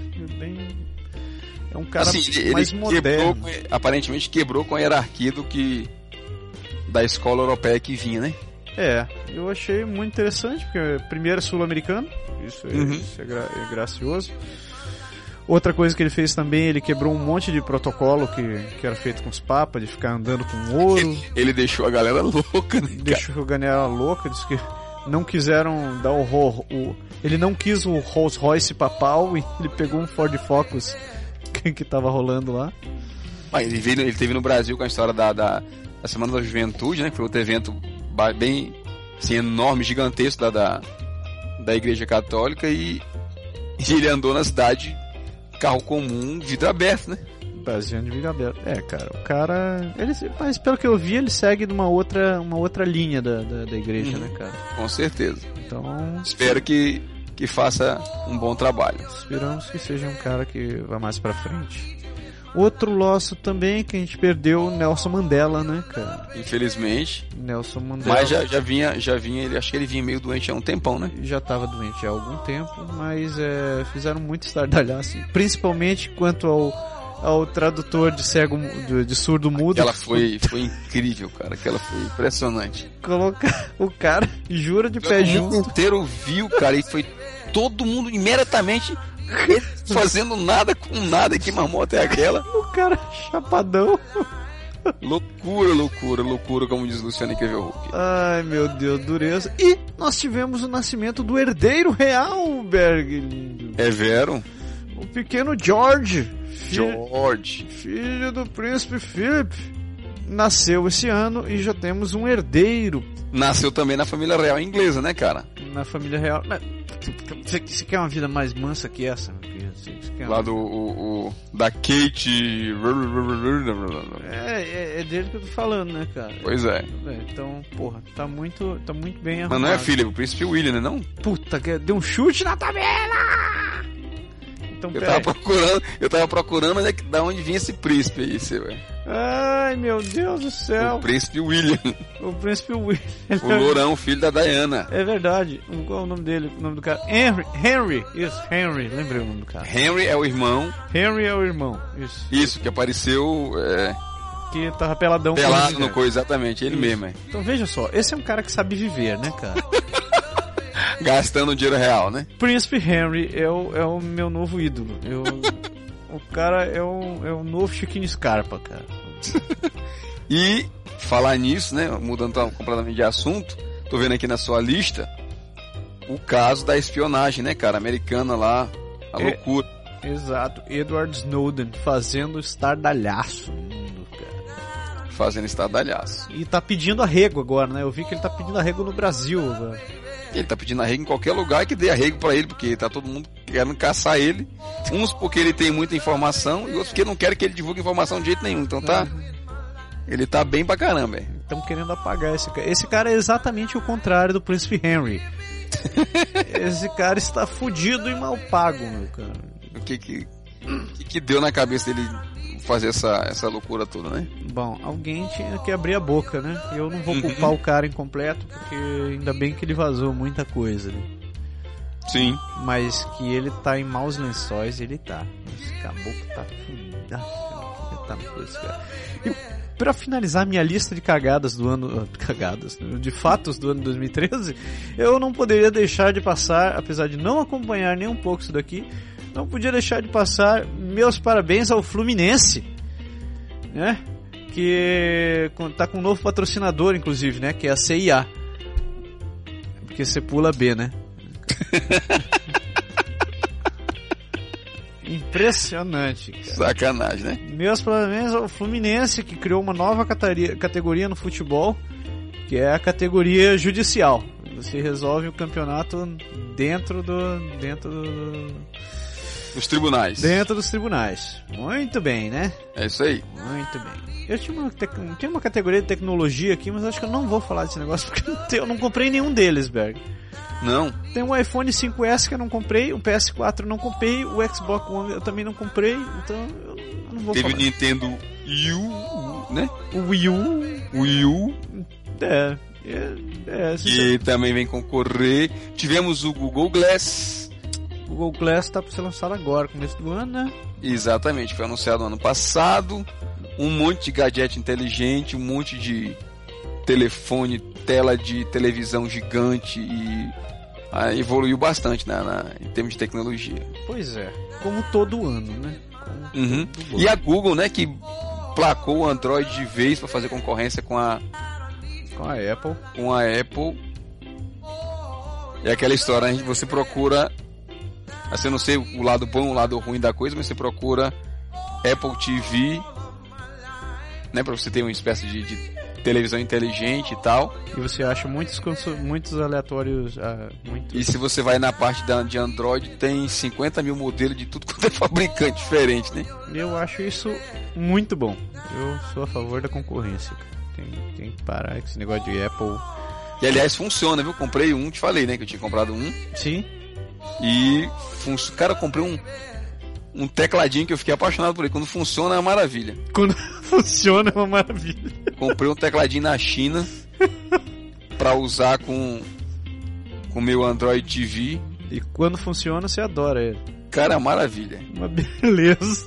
É um cara assim, mais moderno. Aparentemente quebrou com a hierarquia da escola europeia que vinha, né? Eu achei muito interessante, porque primeiro é sul-americano, isso é gracioso. Outra coisa que ele fez também, ele quebrou um monte de protocolo que era feito com os papas, de ficar andando com ouro. Ele deixou a galera louca, né? Deixou a galera louca, disse que não quiseram dar ele não quis o Rolls Royce papal e ele pegou um Ford Focus que tava rolando lá. Ele teve no Brasil com a história da Semana da Juventude, né? Que foi outro evento bem assim, enorme, gigantesco da Igreja Católica e ele andou na cidade carro comum, vidro aberto, né? Baseando de vidro aberto. Cara, o cara... mas pelo que eu vi, ele segue numa outra linha da igreja, né, cara? Com certeza. Então... Espero que faça um bom trabalho. Esperamos que seja um cara que vá mais pra frente. Outro loço também que a gente perdeu, o Nelson Mandela, né, cara? Infelizmente. Nelson Mandela. Mas já vinha, acho que ele vinha meio doente há um tempão, né? Já estava doente há algum tempo, mas fizeram muito estardalhaço, principalmente quanto ao tradutor de de surdo mudo. Aquela foi incrível, cara. Aquela foi impressionante. Colocar o cara, jura de pé junto. O mundo inteiro viu, cara, e foi todo mundo imediatamente fazendo nada com nada. Que mamota é aquela? O cara chapadão. Loucura, como diz Luciano Incrível Hulk. Ai, meu Deus, dureza. E nós tivemos o nascimento do herdeiro real, Berg, lindo. É vero? O pequeno George. Filho do príncipe Philip. Nasceu esse ano e já temos um herdeiro. Nasceu também na família real inglesa, né, cara? Na família real. Você quer uma vida mais mansa que essa, meu filho? Lá da Kate. É dele que eu tô falando, né, cara? Pois é. Então, porra, tá muito bem arrumado. Mas não é filho, é o príncipe William, né, não? Puta, deu um chute na tabela! Então, eu tava procurando onde da onde vinha esse príncipe aí, seu. Ai, meu Deus do céu. O príncipe William. O príncipe William. O lourão, filho da Diana. É verdade. Qual é o nome dele? O nome do cara? Henry. Isso, Henry. Lembrei o nome do cara. Henry é o irmão. Isso. Isso, que apareceu... Que tava peladão. Pelado no coisa, exatamente. Ele mesmo, Então veja só, esse é um cara que sabe viver, né, cara? Gastando dinheiro real, né? Príncipe Henry é o meu novo ídolo. O cara é o novo Chiquinho Scarpa, cara. E falar nisso, né? Mudando completamente de assunto, tô vendo aqui na sua lista o caso da espionagem, né, cara? Americana lá, a loucura. Exato, Edward Snowden fazendo estardalhaço no mundo, cara. Fazendo estardalhaço. E tá pedindo arrego agora, né? Eu vi que ele tá pedindo arrego no Brasil agora. Ele tá pedindo arrego em qualquer lugar que dê arrego pra ele, porque tá todo mundo querendo caçar ele. Uns porque ele tem muita informação e outros porque não querem que ele divulgue informação de jeito nenhum. Então tá... Ele tá bem pra caramba, velho. Estão querendo apagar esse cara. Esse cara é exatamente o contrário do príncipe Henry. Esse cara está fudido e mal pago, meu cara. O que deu na cabeça dele fazer essa loucura toda, né? Bom, alguém tinha que abrir a boca, né? Eu não vou culpar o cara incompleto, porque ainda bem que ele vazou muita coisa, né? Sim. Mas que ele tá em maus lençóis, ele tá. Esse caboclo tá fudido. tá no coisa, cara. E pra finalizar minha lista de cagadas do ano... de fatos do ano 2013, eu não poderia deixar de passar, apesar de não acompanhar nem um pouco isso daqui, não podia deixar de passar meus parabéns ao Fluminense, né? Que tá com um novo patrocinador, inclusive, né? Que é a CIA. Porque você pula B, né? Impressionante, cara. Sacanagem, né? Meus parabéns ao Fluminense, que criou uma nova categoria no futebol, que é a categoria judicial. Você resolve o campeonato dentro dos tribunais. Dentro dos tribunais. Muito bem, né? É isso aí. Muito bem. Eu tinha uma categoria de tecnologia aqui, mas acho que eu não vou falar desse negócio porque eu não comprei nenhum deles, Berg. Não. Tem o iPhone 5S que eu não comprei, o PS4 eu não comprei, o Xbox One eu também não comprei, então eu não vou falar. Teve o Nintendo Wii U, né? O Wii U. Wii U. Que também vem concorrer. Tivemos o Google Glass. O Google Glass tá para ser lançado agora, começo do ano, né? Exatamente, foi anunciado no ano passado. Um monte de gadget inteligente, um monte de telefone, tela de televisão gigante e evoluiu bastante em termos de tecnologia. Pois é, como todo ano, né? Uhum. E a Google, né, que placou o Android de vez para fazer concorrência com a Apple. Com a Apple. É aquela história, você procura, assim, eu não sei o lado bom e o lado ruim da coisa, mas você procura Apple TV, né, para você ter uma espécie de televisão inteligente e tal. E você acha muitos aleatórios. E se você vai na parte de Android, tem 50 mil modelos de tudo quanto é fabricante diferente, né? Eu acho isso muito bom. Eu sou a favor da concorrência, cara. Tem que parar com esse negócio de Apple. E aliás, funciona, viu? Comprei um, te falei, né? Que eu tinha comprado um. Sim. E, cara, eu comprei um tecladinho que eu fiquei apaixonado por ele. Quando funciona é uma maravilha. Quando funciona é uma maravilha. Comprei um tecladinho na China pra usar com o meu Android TV. E quando funciona, você adora ele. Cara, maravilha. Uma beleza.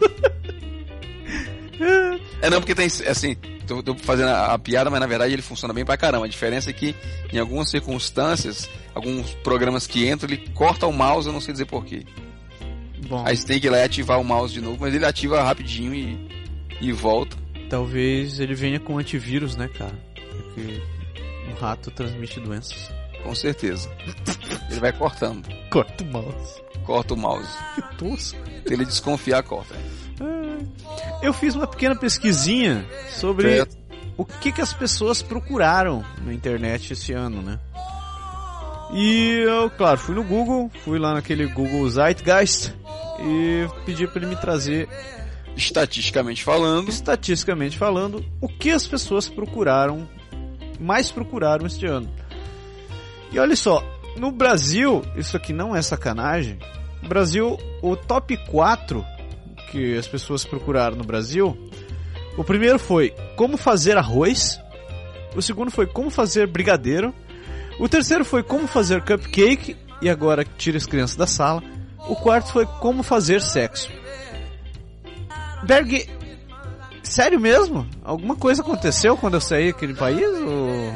Não, porque tem, assim, tô fazendo a piada, mas na verdade ele funciona bem pra caramba. A diferença é que, em algumas circunstâncias, alguns programas que entram, ele corta o mouse, eu não sei dizer porquê. Bom. Aí você tem que ir lá e ativar o mouse de novo, mas ele ativa rapidinho e volta. Talvez ele venha com antivírus, né, cara? Porque um rato transmite doenças. Com certeza. Ele vai cortando. Corta o mouse. Corta o mouse. Que tosco. Se ele desconfiar, corta. Eu fiz uma pequena pesquisinha sobre certo. O que as pessoas procuraram na internet esse ano, né? E eu, claro, fui no Google, fui lá naquele Google Zeitgeist e pedi para ele me trazer, estatisticamente falando, o que as pessoas mais procuraram este ano. E olha só, no Brasil, isso aqui não é sacanagem, no Brasil, o top 4 que as pessoas procuraram no Brasil, o primeiro foi como fazer arroz, o segundo foi como fazer brigadeiro, o terceiro foi como fazer cupcake, e agora tira as crianças da sala, o quarto foi como fazer sexo. Berg, sério mesmo? Alguma coisa aconteceu quando eu saí daquele país? Ou...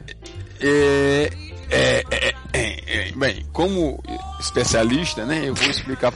Bem, como especialista, né, eu vou explicar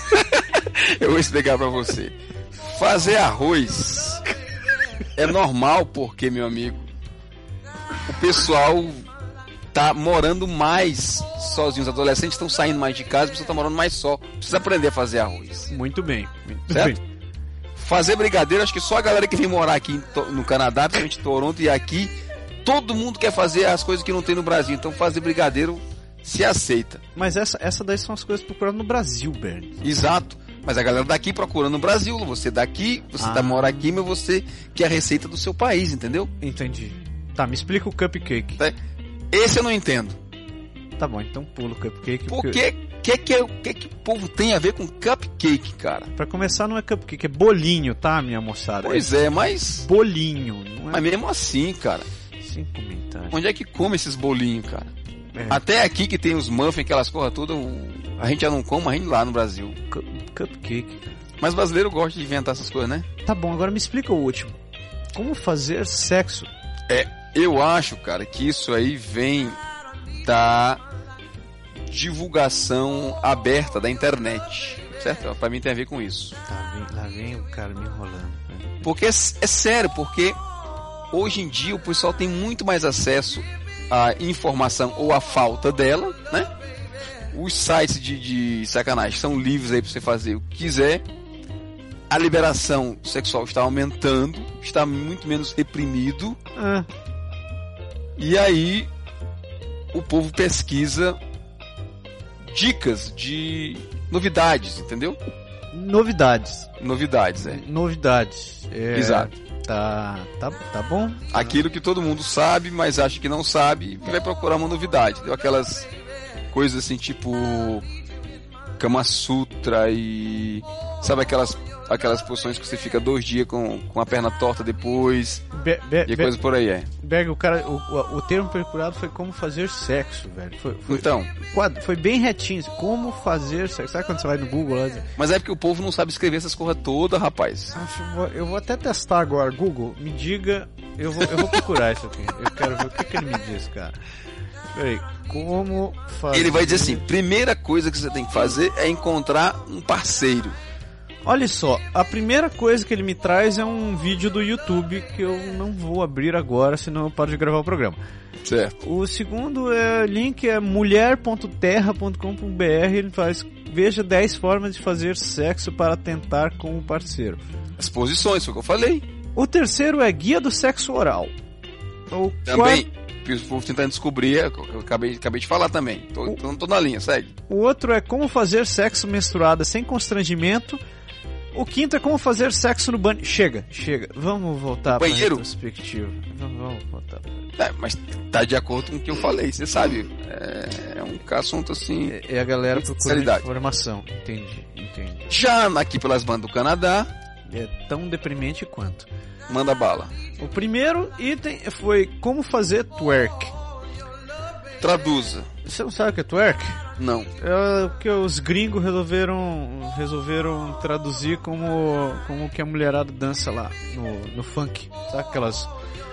pra você. Fazer arroz é normal porque, meu amigo, o pessoal tá morando mais sozinho. Os adolescentes estão saindo mais de casa, a pessoa tá morando mais só. Precisa aprender a fazer arroz. Muito bem. Certo? Bem. Fazer brigadeiro, acho que só a galera que vem morar aqui no Canadá, principalmente em Toronto e aqui, todo mundo quer fazer as coisas que não tem no Brasil. Então fazer brigadeiro se aceita. Mas essa daí são as coisas procuradas no Brasil, Bernie. Exato. Mas a galera daqui procurando no Brasil. Você daqui, você mora aqui, mas você quer a receita do seu país, entendeu? Entendi. Tá, me explica o cupcake. Esse eu não entendo. Tá bom, então pula o cupcake. Por que o povo tem a ver com cupcake, cara? Pra começar, não é cupcake, é bolinho, tá, minha moçada? Pois é, mas... Bolinho, não é? Mas mesmo assim, cara. Sem comentário. Onde é que come esses bolinhos, cara? É. Até aqui que tem os muffins, aquelas coisas todas, a gente já não come, a gente lá no Brasil. Cupcake, cara. Mas brasileiro gosta de inventar essas coisas, né? Tá bom, agora me explica o último. Como fazer sexo? Eu acho, cara, que isso aí vem da divulgação aberta da internet, certo? Pra mim tem a ver com isso. Lá vem o cara me enrolando. Né? Porque é sério, porque hoje em dia o pessoal tem muito mais acesso à informação ou à falta dela, né? Os sites de sacanagem são livres aí pra você fazer o que quiser. A liberação sexual está aumentando, está muito menos reprimido. E aí o povo pesquisa dicas de novidades, entendeu? Novidades. Novidades. Exato. Tá bom. Aquilo que todo mundo sabe, mas acha que não sabe, vai procurar uma novidade. Entendeu? Aquelas coisas assim, tipo Kama Sutra e... Sabe aquelas posições que você fica 2 dias com a perna torta depois e coisa por aí, Berg, o termo procurado foi como fazer sexo, velho. Então. Foi bem retinho, como fazer sexo. Sabe quando você vai no Google lá? Mas é porque o povo não sabe escrever essas coisas todas, rapaz. Eu vou até testar agora. Google, me diga, eu vou procurar isso aqui. Eu quero ver o que ele me diz, cara. Peraí, como fazer... Ele vai dizer assim, primeira coisa que você tem que fazer é encontrar um parceiro. Olha só, a primeira coisa que ele me traz é um vídeo do YouTube que eu não vou abrir agora, senão eu paro de gravar o programa. Certo. O segundo link é mulher.terra.com.br. Ele faz, veja 10 formas de fazer sexo para tentar com o parceiro. As posições, foi o que eu falei. O terceiro é guia do sexo oral. Também, o povo tentando descobrir, eu acabei de falar também. Tô na linha, segue. O outro é como fazer sexo menstruada sem constrangimento. O quinto é como fazer sexo no banheiro. Chega. Vamos voltar para a retrospectiva. Vamos voltar. Mas tá de acordo com o que eu falei, você sabe. É um assunto assim. É a galera procurando informação. Entendi. Já aqui pelas bandas do Canadá. É tão deprimente quanto. Manda bala. O primeiro item foi como fazer twerk. Traduza. Você não sabe o que é twerk? Não. É o que os gringos resolveram traduzir como que a mulherada dança lá no funk. Sabe aquelas...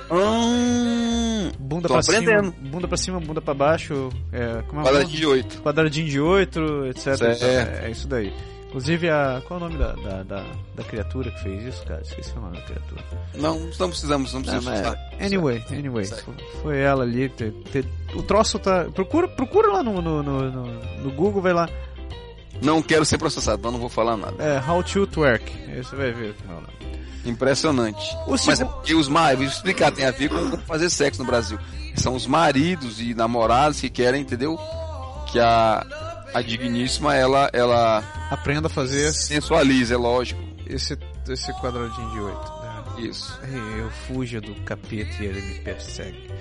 Bunda pra aprendendo. Cima, bunda pra cima, bunda pra baixo. Quadradinho de 8. Quadradinho de 8, etc. Certo. É isso daí. Inclusive, qual é o nome da criatura que fez isso, cara? Esqueci o nome da criatura. Não precisamos. Anyway, foi ela ali. O troço tá... Procura lá no Google, vai lá. Não quero ser processado, então não vou falar nada. How to Twerk. Aí você vai ver o que é o nome. Impressionante. Mas é porque os maridos, vou explicar, tem a ver com fazer sexo no Brasil. São os maridos e namorados que querem, entendeu? Que a digníssima, ela aprenda a fazer... Sensualiza, é lógico. Esse quadradinho de 8. Isso. Eu fujo do capeta e ele me persegue.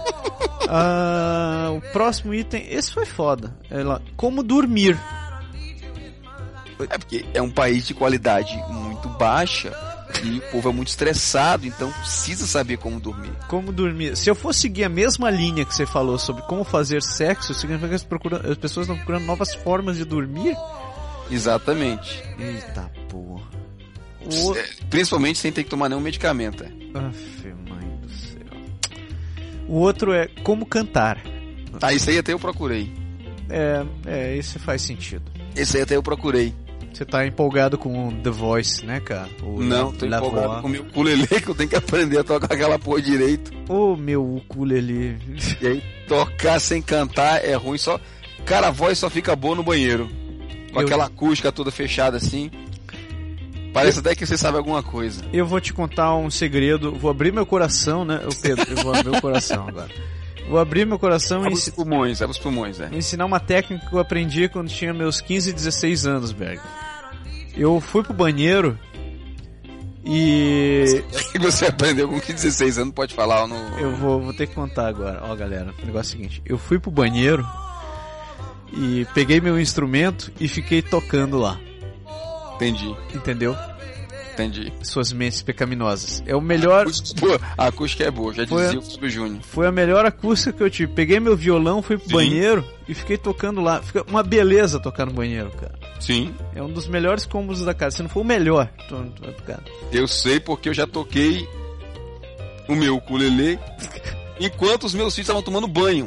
O próximo item, esse foi foda. Como dormir. É porque é um país de qualidade muito baixa e o povo é muito estressado, então precisa saber como dormir. Como dormir. Se eu for seguir a mesma linha que você falou sobre como fazer sexo, significa que as pessoas estão procurando novas formas de dormir? Exatamente. Eita porra. Principalmente sem ter que tomar nenhum medicamento. Aff, mãe do céu. O outro é como cantar. Isso aí até eu procurei. Esse faz sentido. Esse aí até eu procurei. Você tá empolgado com The Voice, né, cara? Não, tô empolgado com o meu ukulele, que eu tenho que aprender a tocar aquela porra direito. Meu ukulele. E aí, tocar sem cantar é ruim, só... Cara, a voz só fica boa no banheiro. Com aquela acústica toda fechada assim. Parece até que você sabe alguma coisa. Eu vou te contar um segredo, vou abrir meu coração, né, Pedro? Eu vou abrir o coração agora. Vou abrir meu coração e os pulmões, ensinar uma técnica que eu aprendi quando tinha meus 15, 16 anos, Berg. Eu fui pro banheiro e... Você aprendeu com 15, 16 anos, pode falar no... Eu vou ter que contar agora. Ó, galera, o negócio é o seguinte. Eu fui pro banheiro e peguei meu instrumento e fiquei tocando lá. Entendi. Entendeu? Entendi. Suas mentes pecaminosas. É o melhor... A acústica é boa, já dizia o Silvio Júnior. Foi a melhor acústica que eu tive. Peguei meu violão, fui pro banheiro e fiquei tocando lá. Fica uma beleza tocar no banheiro, cara. Sim. É um dos melhores cômodos da casa. Se não for o melhor, tu vai tocar. Eu sei porque eu já toquei o meu ukulele enquanto os meus filhos estavam tomando banho.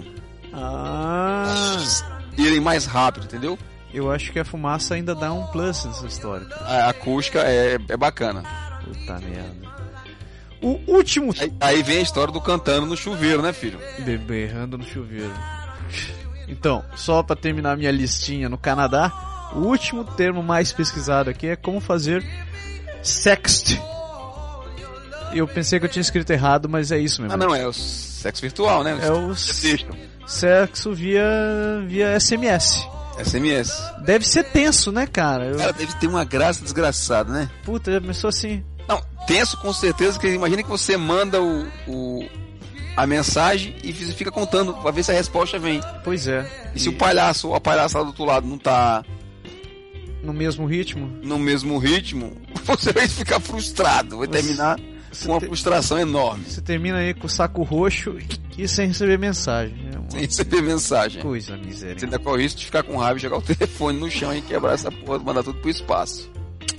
Irem mais rápido, entendeu? Eu acho que a fumaça ainda dá um plus nessa história. A acústica é bacana. Puta merda. O último... Aí vem a história do cantando no chuveiro, né, filho? Berrando no chuveiro. Então, só pra terminar minha listinha, no Canadá, o último termo mais pesquisado aqui é como fazer sext. Eu pensei que eu tinha escrito errado, mas é isso mesmo. Não, é o sexo virtual, né? É o sexo via SMS. SMS. Deve ser tenso, né, cara? Cara, deve ter uma graça desgraçada, né? Puta, já pensou assim... Não, tenso com certeza, que imagina que você manda a mensagem e fica contando pra ver se a resposta vem. Pois é. E se o palhaço ou a palhaça lá do outro lado não tá... No mesmo ritmo? No mesmo ritmo, você vai ficar frustrado. Vai terminar com uma frustração enorme. Você termina aí com o saco roxo e sem receber mensagem. Sem receber mensagem. Coisa miserável. Você ainda corre o risco de ficar com raiva e jogar o telefone no chão e quebrar essa porra, mandar tudo pro espaço.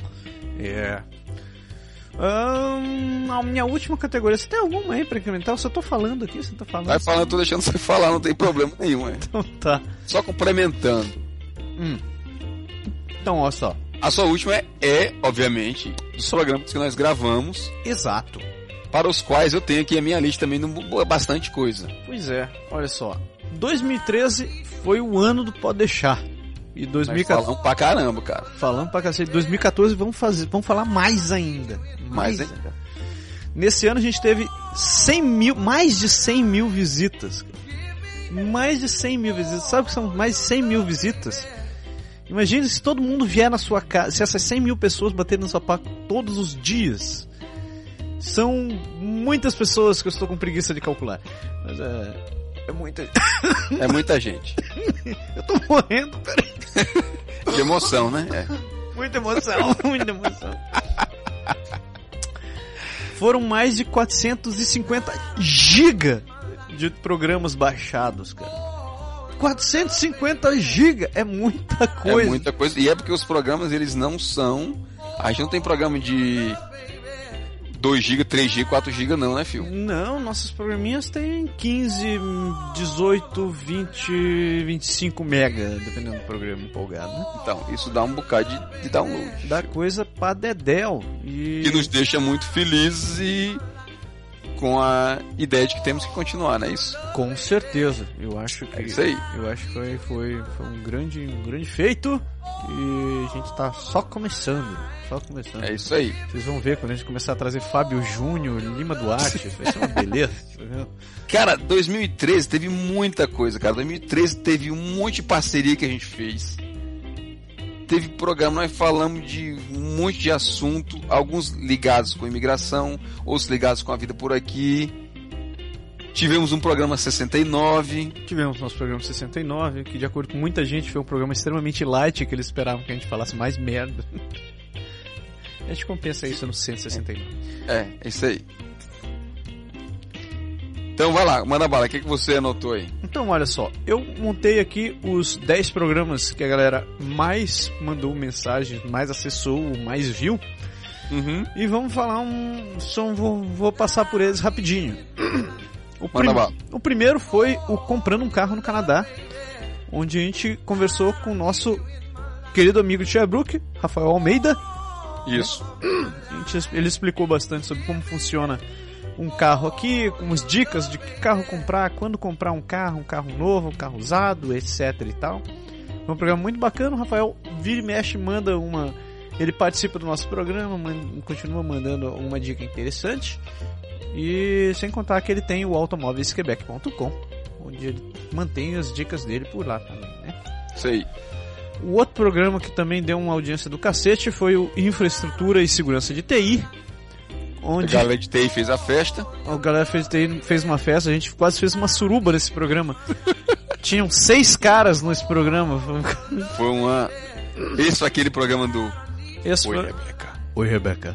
A minha última categoria, você tem alguma aí pra incrementar? Eu só tô falando aqui, você tá falando. Vai falando, eu tô deixando você falar, não tem problema nenhum. Então tá. Só complementando. Então, olha só. A sua última obviamente, dos programas que nós gravamos. Exato. Para os quais eu tenho aqui a minha lista também, bastante coisa. Pois é, olha só. 2013 foi o ano do Pode Deixar. E 2014... Falando pra caramba, cara. Falando pra cacete. 2014 vamos falar mais ainda. Mais ainda. Nesse ano a gente teve mais de 100 mil visitas. Mais de 100 mil visitas. Sabe o que são mais de 100 mil visitas? Imagina se todo mundo vier na sua casa, se essas 100 mil pessoas baterem na sua porta todos os dias. São muitas pessoas que eu estou com preguiça de calcular. Mas é muita... É muita gente. Eu tô morrendo, peraí. De emoção, né? Muita emoção, muita emoção. Foram mais de 450 GB de programas baixados, cara. 450 GB é muita coisa. É muita coisa. E é porque os programas, eles não são... A gente não tem programa de 2 GB, 3 GB, 4 GB não, né, filho? Não, nossos programinhas têm 15, 18, 20, 25 mega, dependendo do programa empolgado, né? Então, isso dá um bocado de download. Dá coisa pra dedéu. Que nos deixa muito felizes e com a ideia de que temos que continuar, não é isso? Com certeza. Eu acho que... É isso aí. Eu acho que foi um grande feito e a gente tá só começando. É isso aí. Vocês vão ver quando a gente começar a trazer Fábio Júnior, Lima Duarte, vai ser uma beleza. Cara, 2013 teve muita coisa, cara. 2013 teve um monte de parceria que a gente fez. Teve programa, nós falamos de um monte de assunto, alguns ligados com imigração, outros ligados com a vida por aqui. Tivemos um programa 69. Tivemos nosso programa 69, que de acordo com muita gente foi um programa extremamente light, que eles esperavam que a gente falasse mais merda. A gente compensa isso no 169. É isso aí. Então vai lá, manda bala, o que você anotou aí? Então olha só, eu montei aqui os 10 programas que a galera mais mandou mensagem, mais acessou, mais viu. E vamos falar vou passar por eles rapidinho. O primeiro foi o Comprando um Carro no Canadá, onde a gente conversou com o nosso querido amigo de Sherbrooke, Rafael Almeida. Isso. Ele explicou bastante sobre como funciona um carro aqui, com as dicas de que carro comprar, quando comprar um carro novo, um carro usado, etc e tal. É um programa muito bacana. O Rafael vira e mexe, manda uma... Ele participa do nosso programa, continua mandando uma dica interessante. E sem contar que ele tem o automóveisquebec.com, onde ele mantém as dicas dele por lá também, né? Isso aí. O outro programa que também deu uma audiência do cacete foi o Infraestrutura e Segurança de TI, onde a galera de TI fez a festa. A galera de TI fez uma festa, a gente quase fez uma suruba nesse programa. Tinham 6 caras nesse programa. Foi uma... Esse foi aquele programa do... Oi, Rebeca. Oi, Rebeca.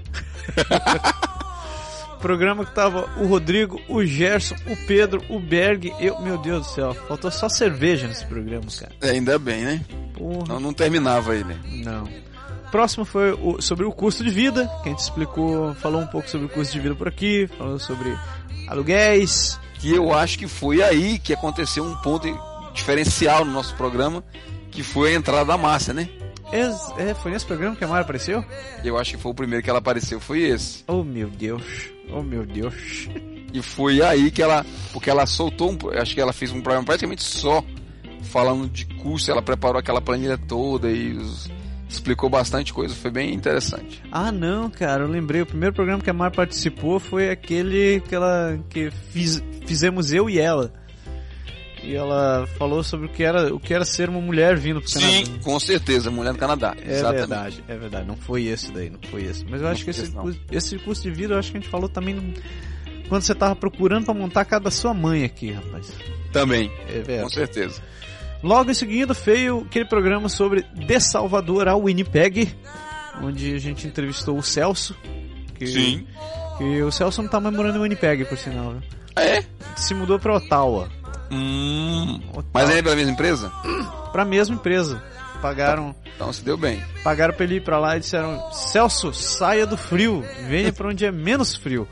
Programa que tava o Rodrigo, o Gerson, o Pedro, o Berg, eu... Meu Deus do céu, faltou só cerveja nesse programa, cara. Ainda bem, né? Porra. Não terminava ele. Não. Próximo foi sobre o custo de vida, que a gente explicou, falou um pouco sobre o custo de vida por aqui, falou sobre aluguéis. Que eu acho que foi aí que aconteceu um ponto diferencial no nosso programa, que foi a entrada da Márcia, né? Foi nesse programa que a Mara apareceu? Eu acho que foi o primeiro que ela apareceu, foi esse. Oh meu Deus, oh meu Deus. E foi aí que porque ela soltou, acho que ela fez um programa praticamente só falando de custo, ela preparou aquela planilha toda e explicou bastante coisa, foi bem interessante. Ah não, cara, eu lembrei, o primeiro programa que a Mara participou foi aquele fizemos eu e ela. E ela falou sobre o que era ser uma mulher vindo pro Canadá. Sim, com certeza, mulher no Canadá. Exatamente. É verdade, não foi esse daí, não foi esse. Mas eu acho que esse custo de vida, eu acho que a gente falou também quando você tava procurando pra montar a casa da sua mãe aqui, rapaz. Também, com certeza. Logo em seguida veio aquele programa sobre De Salvador ao Winnipeg, onde a gente entrevistou o Celso. Sim. Que o Celso não tá mais morando em Winnipeg, por sinal, né? É? Se mudou pra Ottawa. Mas é pela mesma empresa? Pra mesma empresa. Pagaram. Então se deu bem. Pagaram pra ele ir pra lá e disseram: Celso, saia do frio, venha pra onde é menos frio.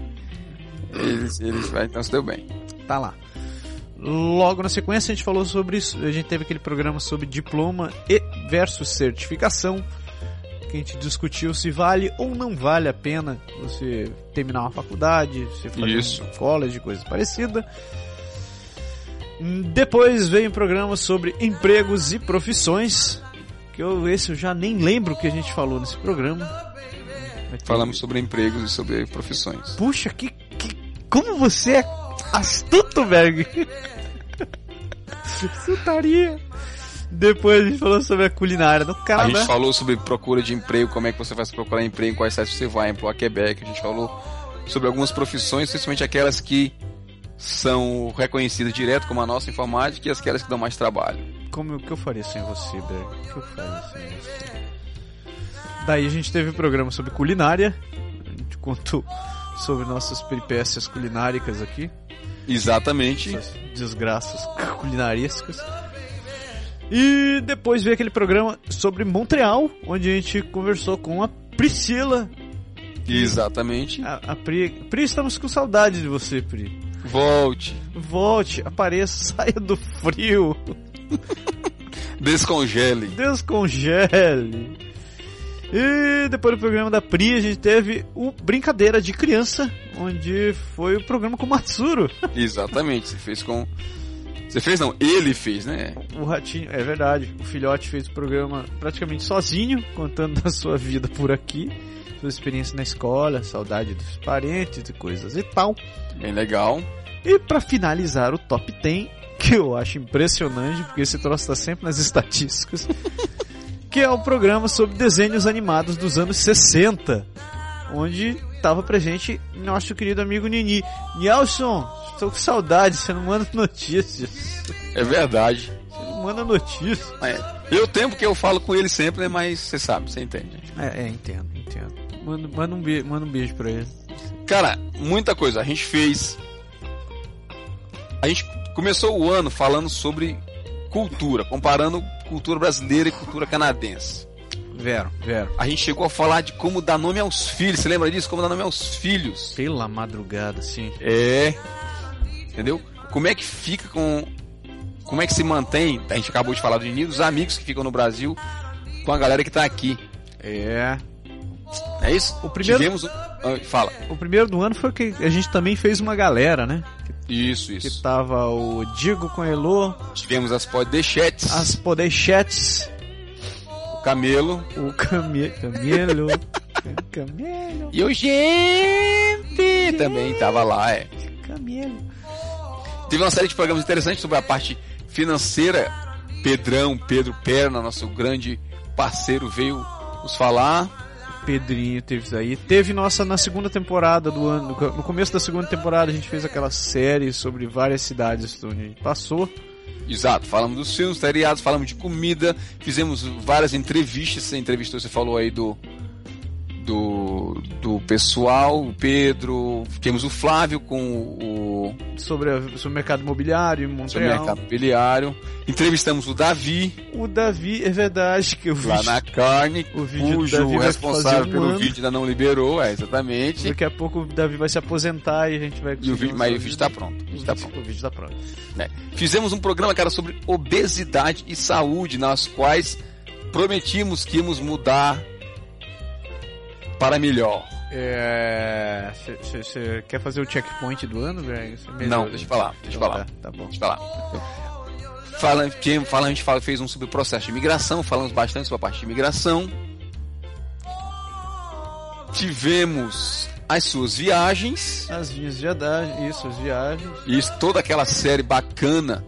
Eles vai, então se deu bem. Tá lá. Logo na sequência a gente falou sobre isso. A gente teve aquele programa sobre diploma e versus certificação, que a gente discutiu se vale ou não vale a pena você terminar uma faculdade, você fazer um college, coisa parecida. Depois veio um programa sobre empregos e profissões, que esse eu já nem lembro o que a gente falou nesse programa. Falamos sobre empregos e sobre profissões. Puxa, como você é astuto, Berg! Sutaria! Depois a gente falou sobre a culinária no Canadá. A gente falou sobre procura de emprego, como é que você vai procurar emprego, em quais sites você vai, em Quebec. A gente falou sobre algumas profissões, principalmente aquelas que são reconhecidas direto como a nossa informática e aquelas que dão mais trabalho. O que eu faria sem você, Berg? O que eu faria sem você? Daí a gente teve um programa sobre culinária. A gente contou sobre nossas peripécias culináricas aqui. Exatamente. Essas desgraças culinarísticas. E depois veio aquele programa sobre Montreal, onde a gente conversou com a Priscila. Exatamente. A Pri, estamos com saudade de você, Pri. Volte, apareça, saia do frio. Descongele. E depois do programa da Pri, a gente teve o Brincadeira de Criança, onde foi o programa com o Matsuro. Exatamente, ele fez, né? O Ratinho, é verdade, o filhote fez o programa praticamente sozinho, contando da sua vida por aqui, sua experiência na escola, saudade dos parentes e coisas e tal. Bem legal. E pra finalizar o Top 10, que eu acho impressionante, porque esse troço tá sempre nas estatísticas, que é o programa sobre desenhos animados dos anos 60, onde estava presente nosso querido amigo Nini. Nelson, estou com saudade, você não manda notícias. É verdade. Você não manda notícias. Eu tempo que eu falo com ele sempre, né, mas você sabe, você entende. Entendo. Manda um beijo pra ele. Cara, muita coisa. A gente começou o ano falando sobre cultura, comparando cultura brasileira e cultura canadense. Vero. A gente chegou a falar de como dar nome aos filhos. Você lembra disso? Como dar nome aos filhos. Pela madrugada, sim. Entendeu? Como é que fica como é que se mantém, a gente acabou de falar do início, os amigos que ficam no Brasil com a galera que tá aqui. É isso? Fala. O primeiro do ano foi que a gente também fez uma galera, né? Isso. Que tava o Digo com a Elô. Tivemos as Podechats. O Camelo. Camelo. E o Gente também tava lá, Camelo. Teve uma série de programas interessantes sobre a parte financeira. Pedro Perna, nosso grande parceiro, veio nos falar. Pedrinho teve isso aí. Teve na segunda temporada do ano. No começo da segunda temporada a gente fez aquela série sobre várias cidades onde a gente passou. Exato, falamos dos filmes, seriados, falamos de comida, fizemos várias entrevistas. Você entrevistou, você falou aí do do pessoal, o Pedro, temos o Flávio com o sobre o mercado imobiliário em Montreal. sobre o mercado imobiliário. Entrevistamos o Davi. O Davi, é verdade, que eu vi. Lá na carne, O vídeo do cujo Davi vai responsável fazer um pelo ano. vídeo ainda não liberou, exatamente. Daqui a pouco o Davi vai se aposentar e a gente vai E o vídeo, conseguir mas lançar o vídeo tá pronto. O vídeo tá pronto. O vídeo tá pronto. Né? Fizemos um programa, cara, sobre obesidade e saúde, nas quais prometimos que íamos mudar para melhor. Você quer fazer o checkpoint do ano, velho? Não, deixa eu falar, Tá bom. Deixa eu falar. A gente fez um sobre o processo de imigração, falamos bastante sobre a parte de imigração. Tivemos as suas viagens. As minhas viagens, isso, as viagens. E toda aquela série bacana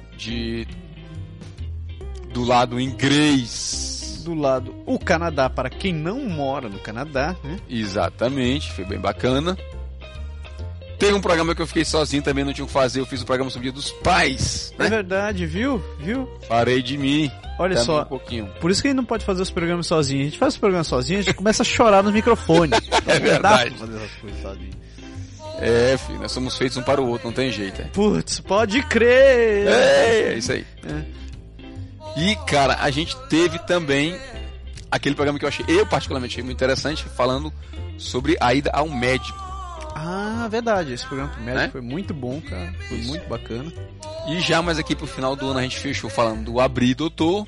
do lado inglês. Do lado, o Canadá, para quem não mora no Canadá, né? Exatamente, foi bem bacana. Teve um programa que eu fiquei sozinho, também não tinha o que fazer. Eu fiz um programa sobre o Dia dos Pais, É né? verdade, viu? Parei de mim. Olha também só, um pouquinho. por isso que a gente não pode fazer os programas sozinho. A gente faz os programas sozinho, a gente começa a chorar no microfone. É verdade. Não dá pra fazer essas coisas sozinho. É, filho, nós somos feitos um para o outro, não tem jeito. Putz, pode crer! É isso aí. É. E, cara, a gente teve também aquele programa que eu particularmente achei muito interessante, falando sobre a ida ao médico. Ah, verdade. Esse programa pro médico Né? foi muito bom, cara. Foi Isso. muito bacana. E já mais aqui pro final do ano a gente fechou falando do Abrir Doutor.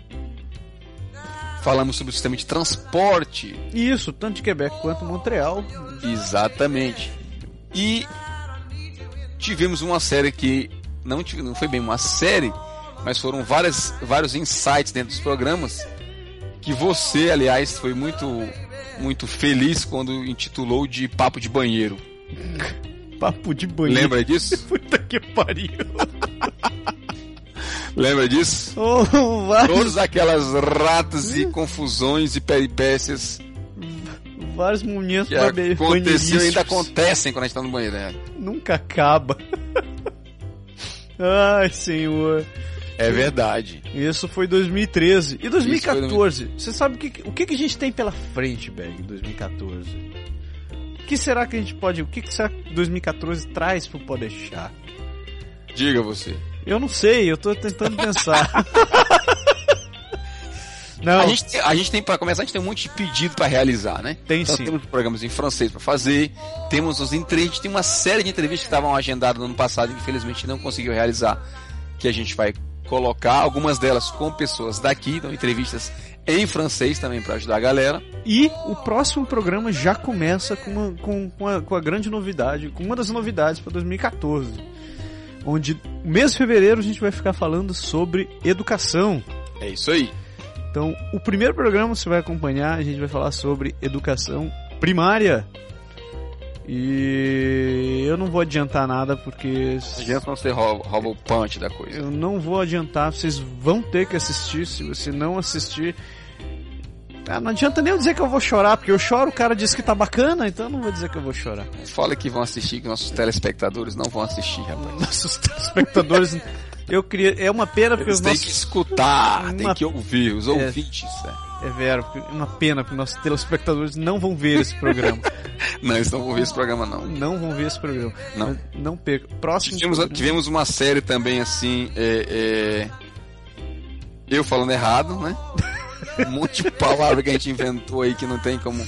Falamos sobre o sistema de transporte. Isso, tanto de Quebec quanto Montreal. Exatamente. E tivemos uma série que não foi bem uma série, mas foram vários insights dentro dos programas, que você, aliás, foi muito feliz quando intitulou de Papo de Banheiro. Papo de banheiro. Lembra disso? Puta que pariu. Lembra disso? Oh, Todas aquelas ratas e confusões e peripécias vários momentos que aconteciam e ainda acontecem quando a gente tá no banheiro, né? Nunca acaba. Ai, senhor. É verdade. Isso foi 2013. E 2014? Você sabe o que a gente tem pela frente, Berg, em 2014? O que será que a gente pode... O que será que 2014 traz pro Podeixar? Diga você. Eu não sei, eu tô tentando pensar. Não. A gente tem, para começar, a gente tem um monte de pedido para realizar, né? Tem então, sim. Temos programas em francês para fazer, temos os entrevistas, a gente tem uma série de entrevistas que estavam agendadas no ano passado e infelizmente não conseguiu realizar, que a gente vai colocar, algumas delas com pessoas daqui, então entrevistas em francês também para ajudar a galera. E o próximo programa já começa com a grande novidade, com uma das novidades para 2014, onde no mês de fevereiro a gente vai ficar falando sobre educação. É isso aí. Então, o primeiro programa você vai acompanhar, a gente vai falar sobre educação primária. E eu não vou adiantar nada porque... Adianta não ser rouba o punch da coisa. Eu não vou adiantar, vocês vão ter que assistir. Se você não assistir... não adianta nem eu dizer que eu vou chorar, porque eu choro, o cara disse que tá bacana, então eu não vou dizer que eu vou chorar. Fala que vão assistir, que nossos telespectadores não vão assistir, rapaz. Nossos telespectadores... É uma pena porque eles os têm nossos... que escutar, tem que ouvir, os ouvintes. É vero, uma pena porque nossos telespectadores não vão ver esse programa. Não, eles não vão ver esse programa, não. Não vão ver esse programa. Não. Não perca. Próximo. Tivemos uma série também assim. Eu falando errado, né? Um monte de palavra que a gente inventou aí que não tem como.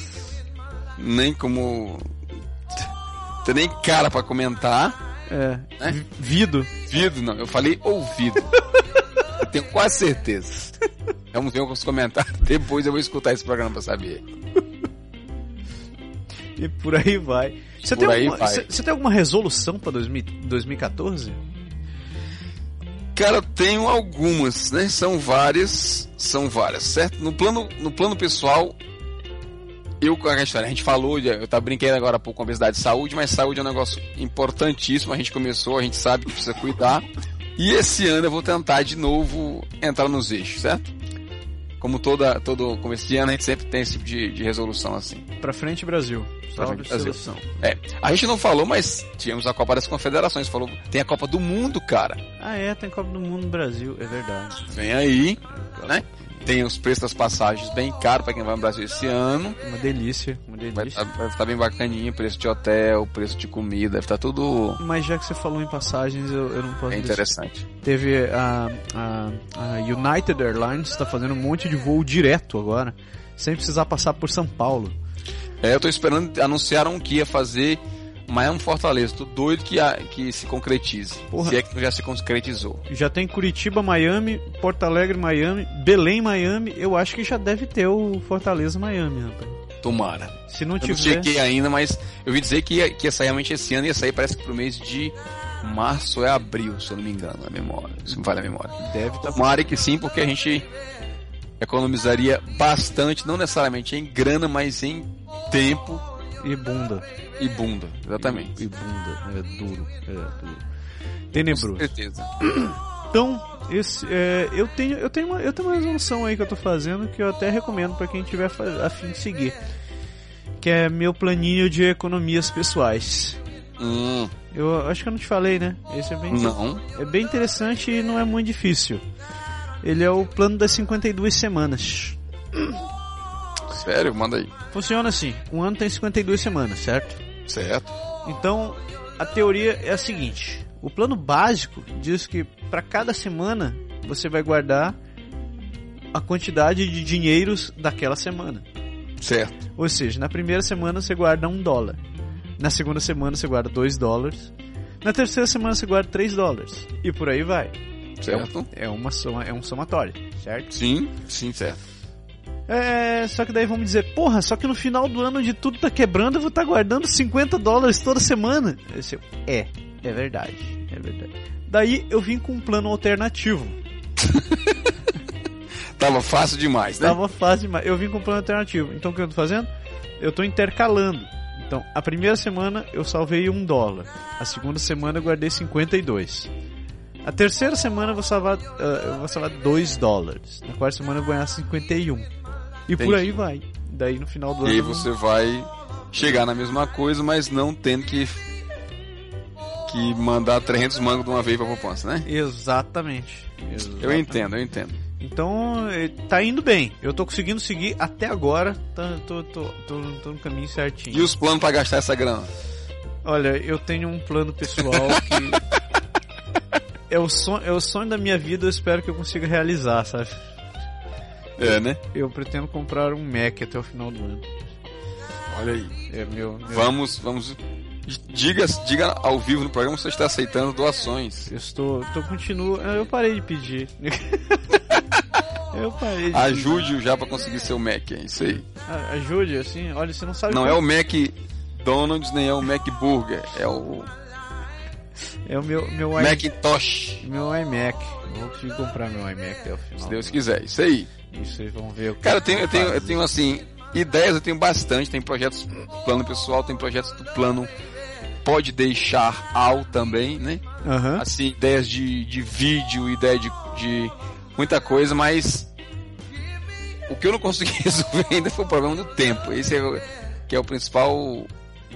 Tem nem cara pra comentar. Né? Vido, não. Eu falei ouvido. Eu tenho quase certeza. Vamos ver os comentários. Depois eu vou escutar esse programa pra saber. E por aí vai. Você tem alguma resolução pra 2014? Cara, eu tenho algumas, né? São várias, certo? No plano pessoal, a gente falou, eu tava brincando agora há pouco com a obesidade de saúde, mas saúde é um negócio importantíssimo, a gente sabe que precisa cuidar. E esse ano eu vou tentar de novo entrar nos eixos, certo? Como todo começo de ano, a gente sempre tem esse tipo de resolução assim. Pra frente, Brasil. Seleção. A gente não falou, mas tivemos a Copa das Confederações. Falou, tem a Copa do Mundo, cara. Tem Copa do Mundo no Brasil, é verdade. Vem aí, né? Tem os preços das passagens bem caros para quem vai no Brasil esse ano. Uma delícia, uma Vai delícia. estar bem bacaninho, preço de hotel, preço de comida, deve estar tudo Mas já que você falou em passagens, eu não posso bem deixar. interessante. Teve a United Airlines está fazendo um monte de voo direto agora, sem precisar passar por São Paulo. Eu tô esperando, anunciaram que ia fazer Miami-Fortaleza, tô doido que se concretize. Porra. Se é que já se concretizou. Já tem Curitiba, Miami, Porto Alegre, Miami, Belém, Miami. Eu acho que já deve ter o Fortaleza, Miami, rapaz. Tomara. Se não Eu não tiver, chequei ainda, mas eu ouvi dizer que ia sair realmente esse ano, ia sair parece que pro mês de março ou abril, se eu não me engano, a memória. Se não vale a memória. deve estar. Tomara que sim, porque a gente economizaria bastante, não necessariamente em grana, mas em tempo E bunda. e bunda. Exatamente. E bunda. É duro. Tenebroso. Com certeza. Então, eu tenho uma resolução aí que eu tô fazendo que eu até recomendo pra quem tiver a fim de seguir. Que é meu planinho de economias pessoais. Eu acho que eu não te falei, né? Esse Não. é bem interessante e não é muito difícil. Ele é o plano das 52 semanas. Sério? Manda aí. Funciona assim, um ano tem 52 semanas, certo? Certo. Então, a teoria é a seguinte: o plano básico diz que para cada semana você vai guardar a quantidade de dinheiros daquela semana. Certo. Ou seja, na primeira semana você guarda $1. Na segunda semana você guarda $2. Na terceira semana você guarda $3. E por aí vai. Certo. É um somatório, certo? Sim, certo. Só que daí vamos dizer, porra, só que no final do ano onde tudo tá quebrando eu vou estar guardando $50 toda semana. É verdade. Daí eu vim com um plano alternativo. Tava fácil demais, né? Tava fácil demais. Eu vim com um plano alternativo. Então o que eu tô fazendo? Eu tô intercalando. Então, a primeira semana eu salvei $1. A segunda semana eu guardei 52. A terceira semana eu vou salvar $2. Na quarta semana eu vou ganhar 51. E por aí vai. Daí no final do E aí ano você vai chegar na mesma coisa, mas não tendo que mandar 300 mangos de uma vez pra poupança, né? Exatamente. Eu entendo. Então, tá indo bem. Eu tô conseguindo seguir até agora. Tô no caminho certinho. E os planos pra gastar essa grana? Olha, eu tenho um plano pessoal que é o sonho da minha vida. Eu espero que eu consiga realizar, sabe? Né? Eu pretendo comprar um Mac até o final do ano. Olha aí. É meu... Vamos. Diga ao vivo no programa se você está aceitando doações. Continuo. Eu parei de pedir. Ajude-o já pra conseguir seu Mac, é isso aí. Ajude, assim, olha, você não sabe. Não é o McDonald's nem é o MacBurger, é o meu Macintosh. Meu iMac. Eu vou conseguir comprar meu iMac até o final. Se Deus quiser, isso aí. Isso aí, vamos ver o que. Cara, eu tenho assim, ideias eu tenho bastante, tem projetos do plano pessoal, tem projetos do plano pode deixar ao também, né? Uhum. Assim, ideias de vídeo, ideia de muita coisa, mas o que eu não consegui resolver ainda foi o problema do tempo. Esse que é o principal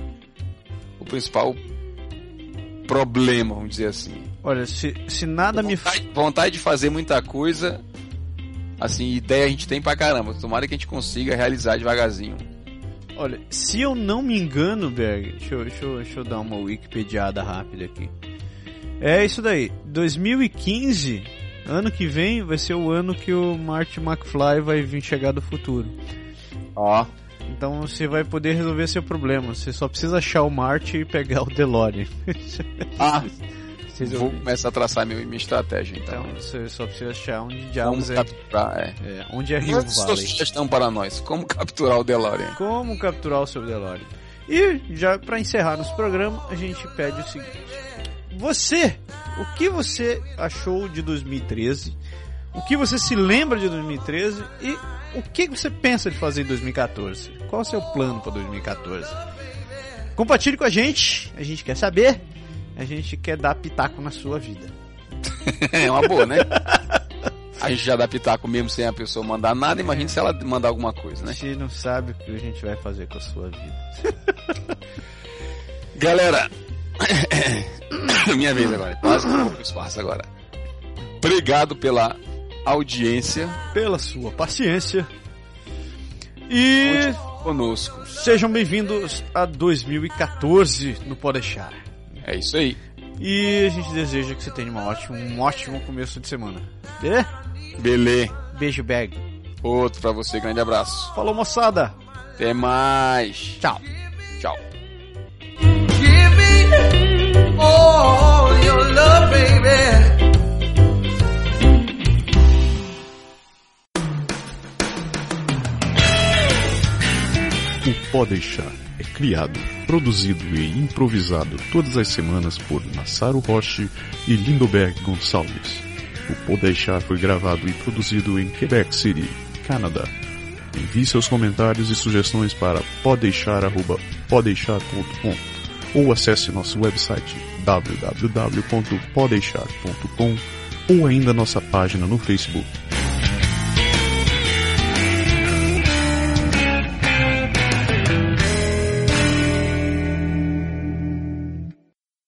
problema, vamos dizer assim. Olha, se nada vontade de fazer muita coisa, assim, ideia a gente tem pra caramba. Tomara que a gente consiga realizar devagarzinho. Olha, se eu não me engano, Berg, deixa eu dar uma wikipediada rápida aqui. É isso daí. 2015, ano que vem, vai ser o ano que o Marty McFly vai vir chegar do futuro. Ó. Então você vai poder resolver seu problema. Você só precisa achar o Marty e pegar o DeLorean. Vou começar a traçar minha estratégia, então. Então você só precisa achar onde diabos capturar, onde é Rio Valley. Sugestão para nós, como capturar o DeLorean. Como capturar o seu DeLorean. E já para encerrar nosso programa, a gente pede o seguinte: o que você achou de 2013? O que você se lembra de 2013? E o que você pensa de fazer em 2014? Qual é o seu plano para 2014? Compartilhe com a gente quer saber. A gente quer dar pitaco na sua vida. É uma boa, né? A gente já dá pitaco mesmo sem a pessoa mandar nada. Imagina se ela mandar alguma coisa, né? A gente não sabe o que a gente vai fazer com a sua vida. Galera, minha vez agora. Quase que eu vou pro espaço agora. Obrigado pela audiência, pela sua paciência. E conosco. Sejam bem-vindos a 2014 no Pode Deixar. É isso aí. E a gente deseja que você tenha um ótimo começo de semana. Belê. Beijo, bag. Outro pra você, grande abraço. Falou, moçada. Até mais. Tchau. Tchau. Give me all your love, baby. O Pode Deixar é criado, produzido e improvisado todas as semanas por Massaro Roche e Lindoberg Gonçalves. O Pode Deixar foi gravado e produzido em Quebec City, Canadá. Envie seus comentários e sugestões para podeixar@podeixar.com ou acesse nosso website www.podeixar.com ou ainda nossa página no Facebook.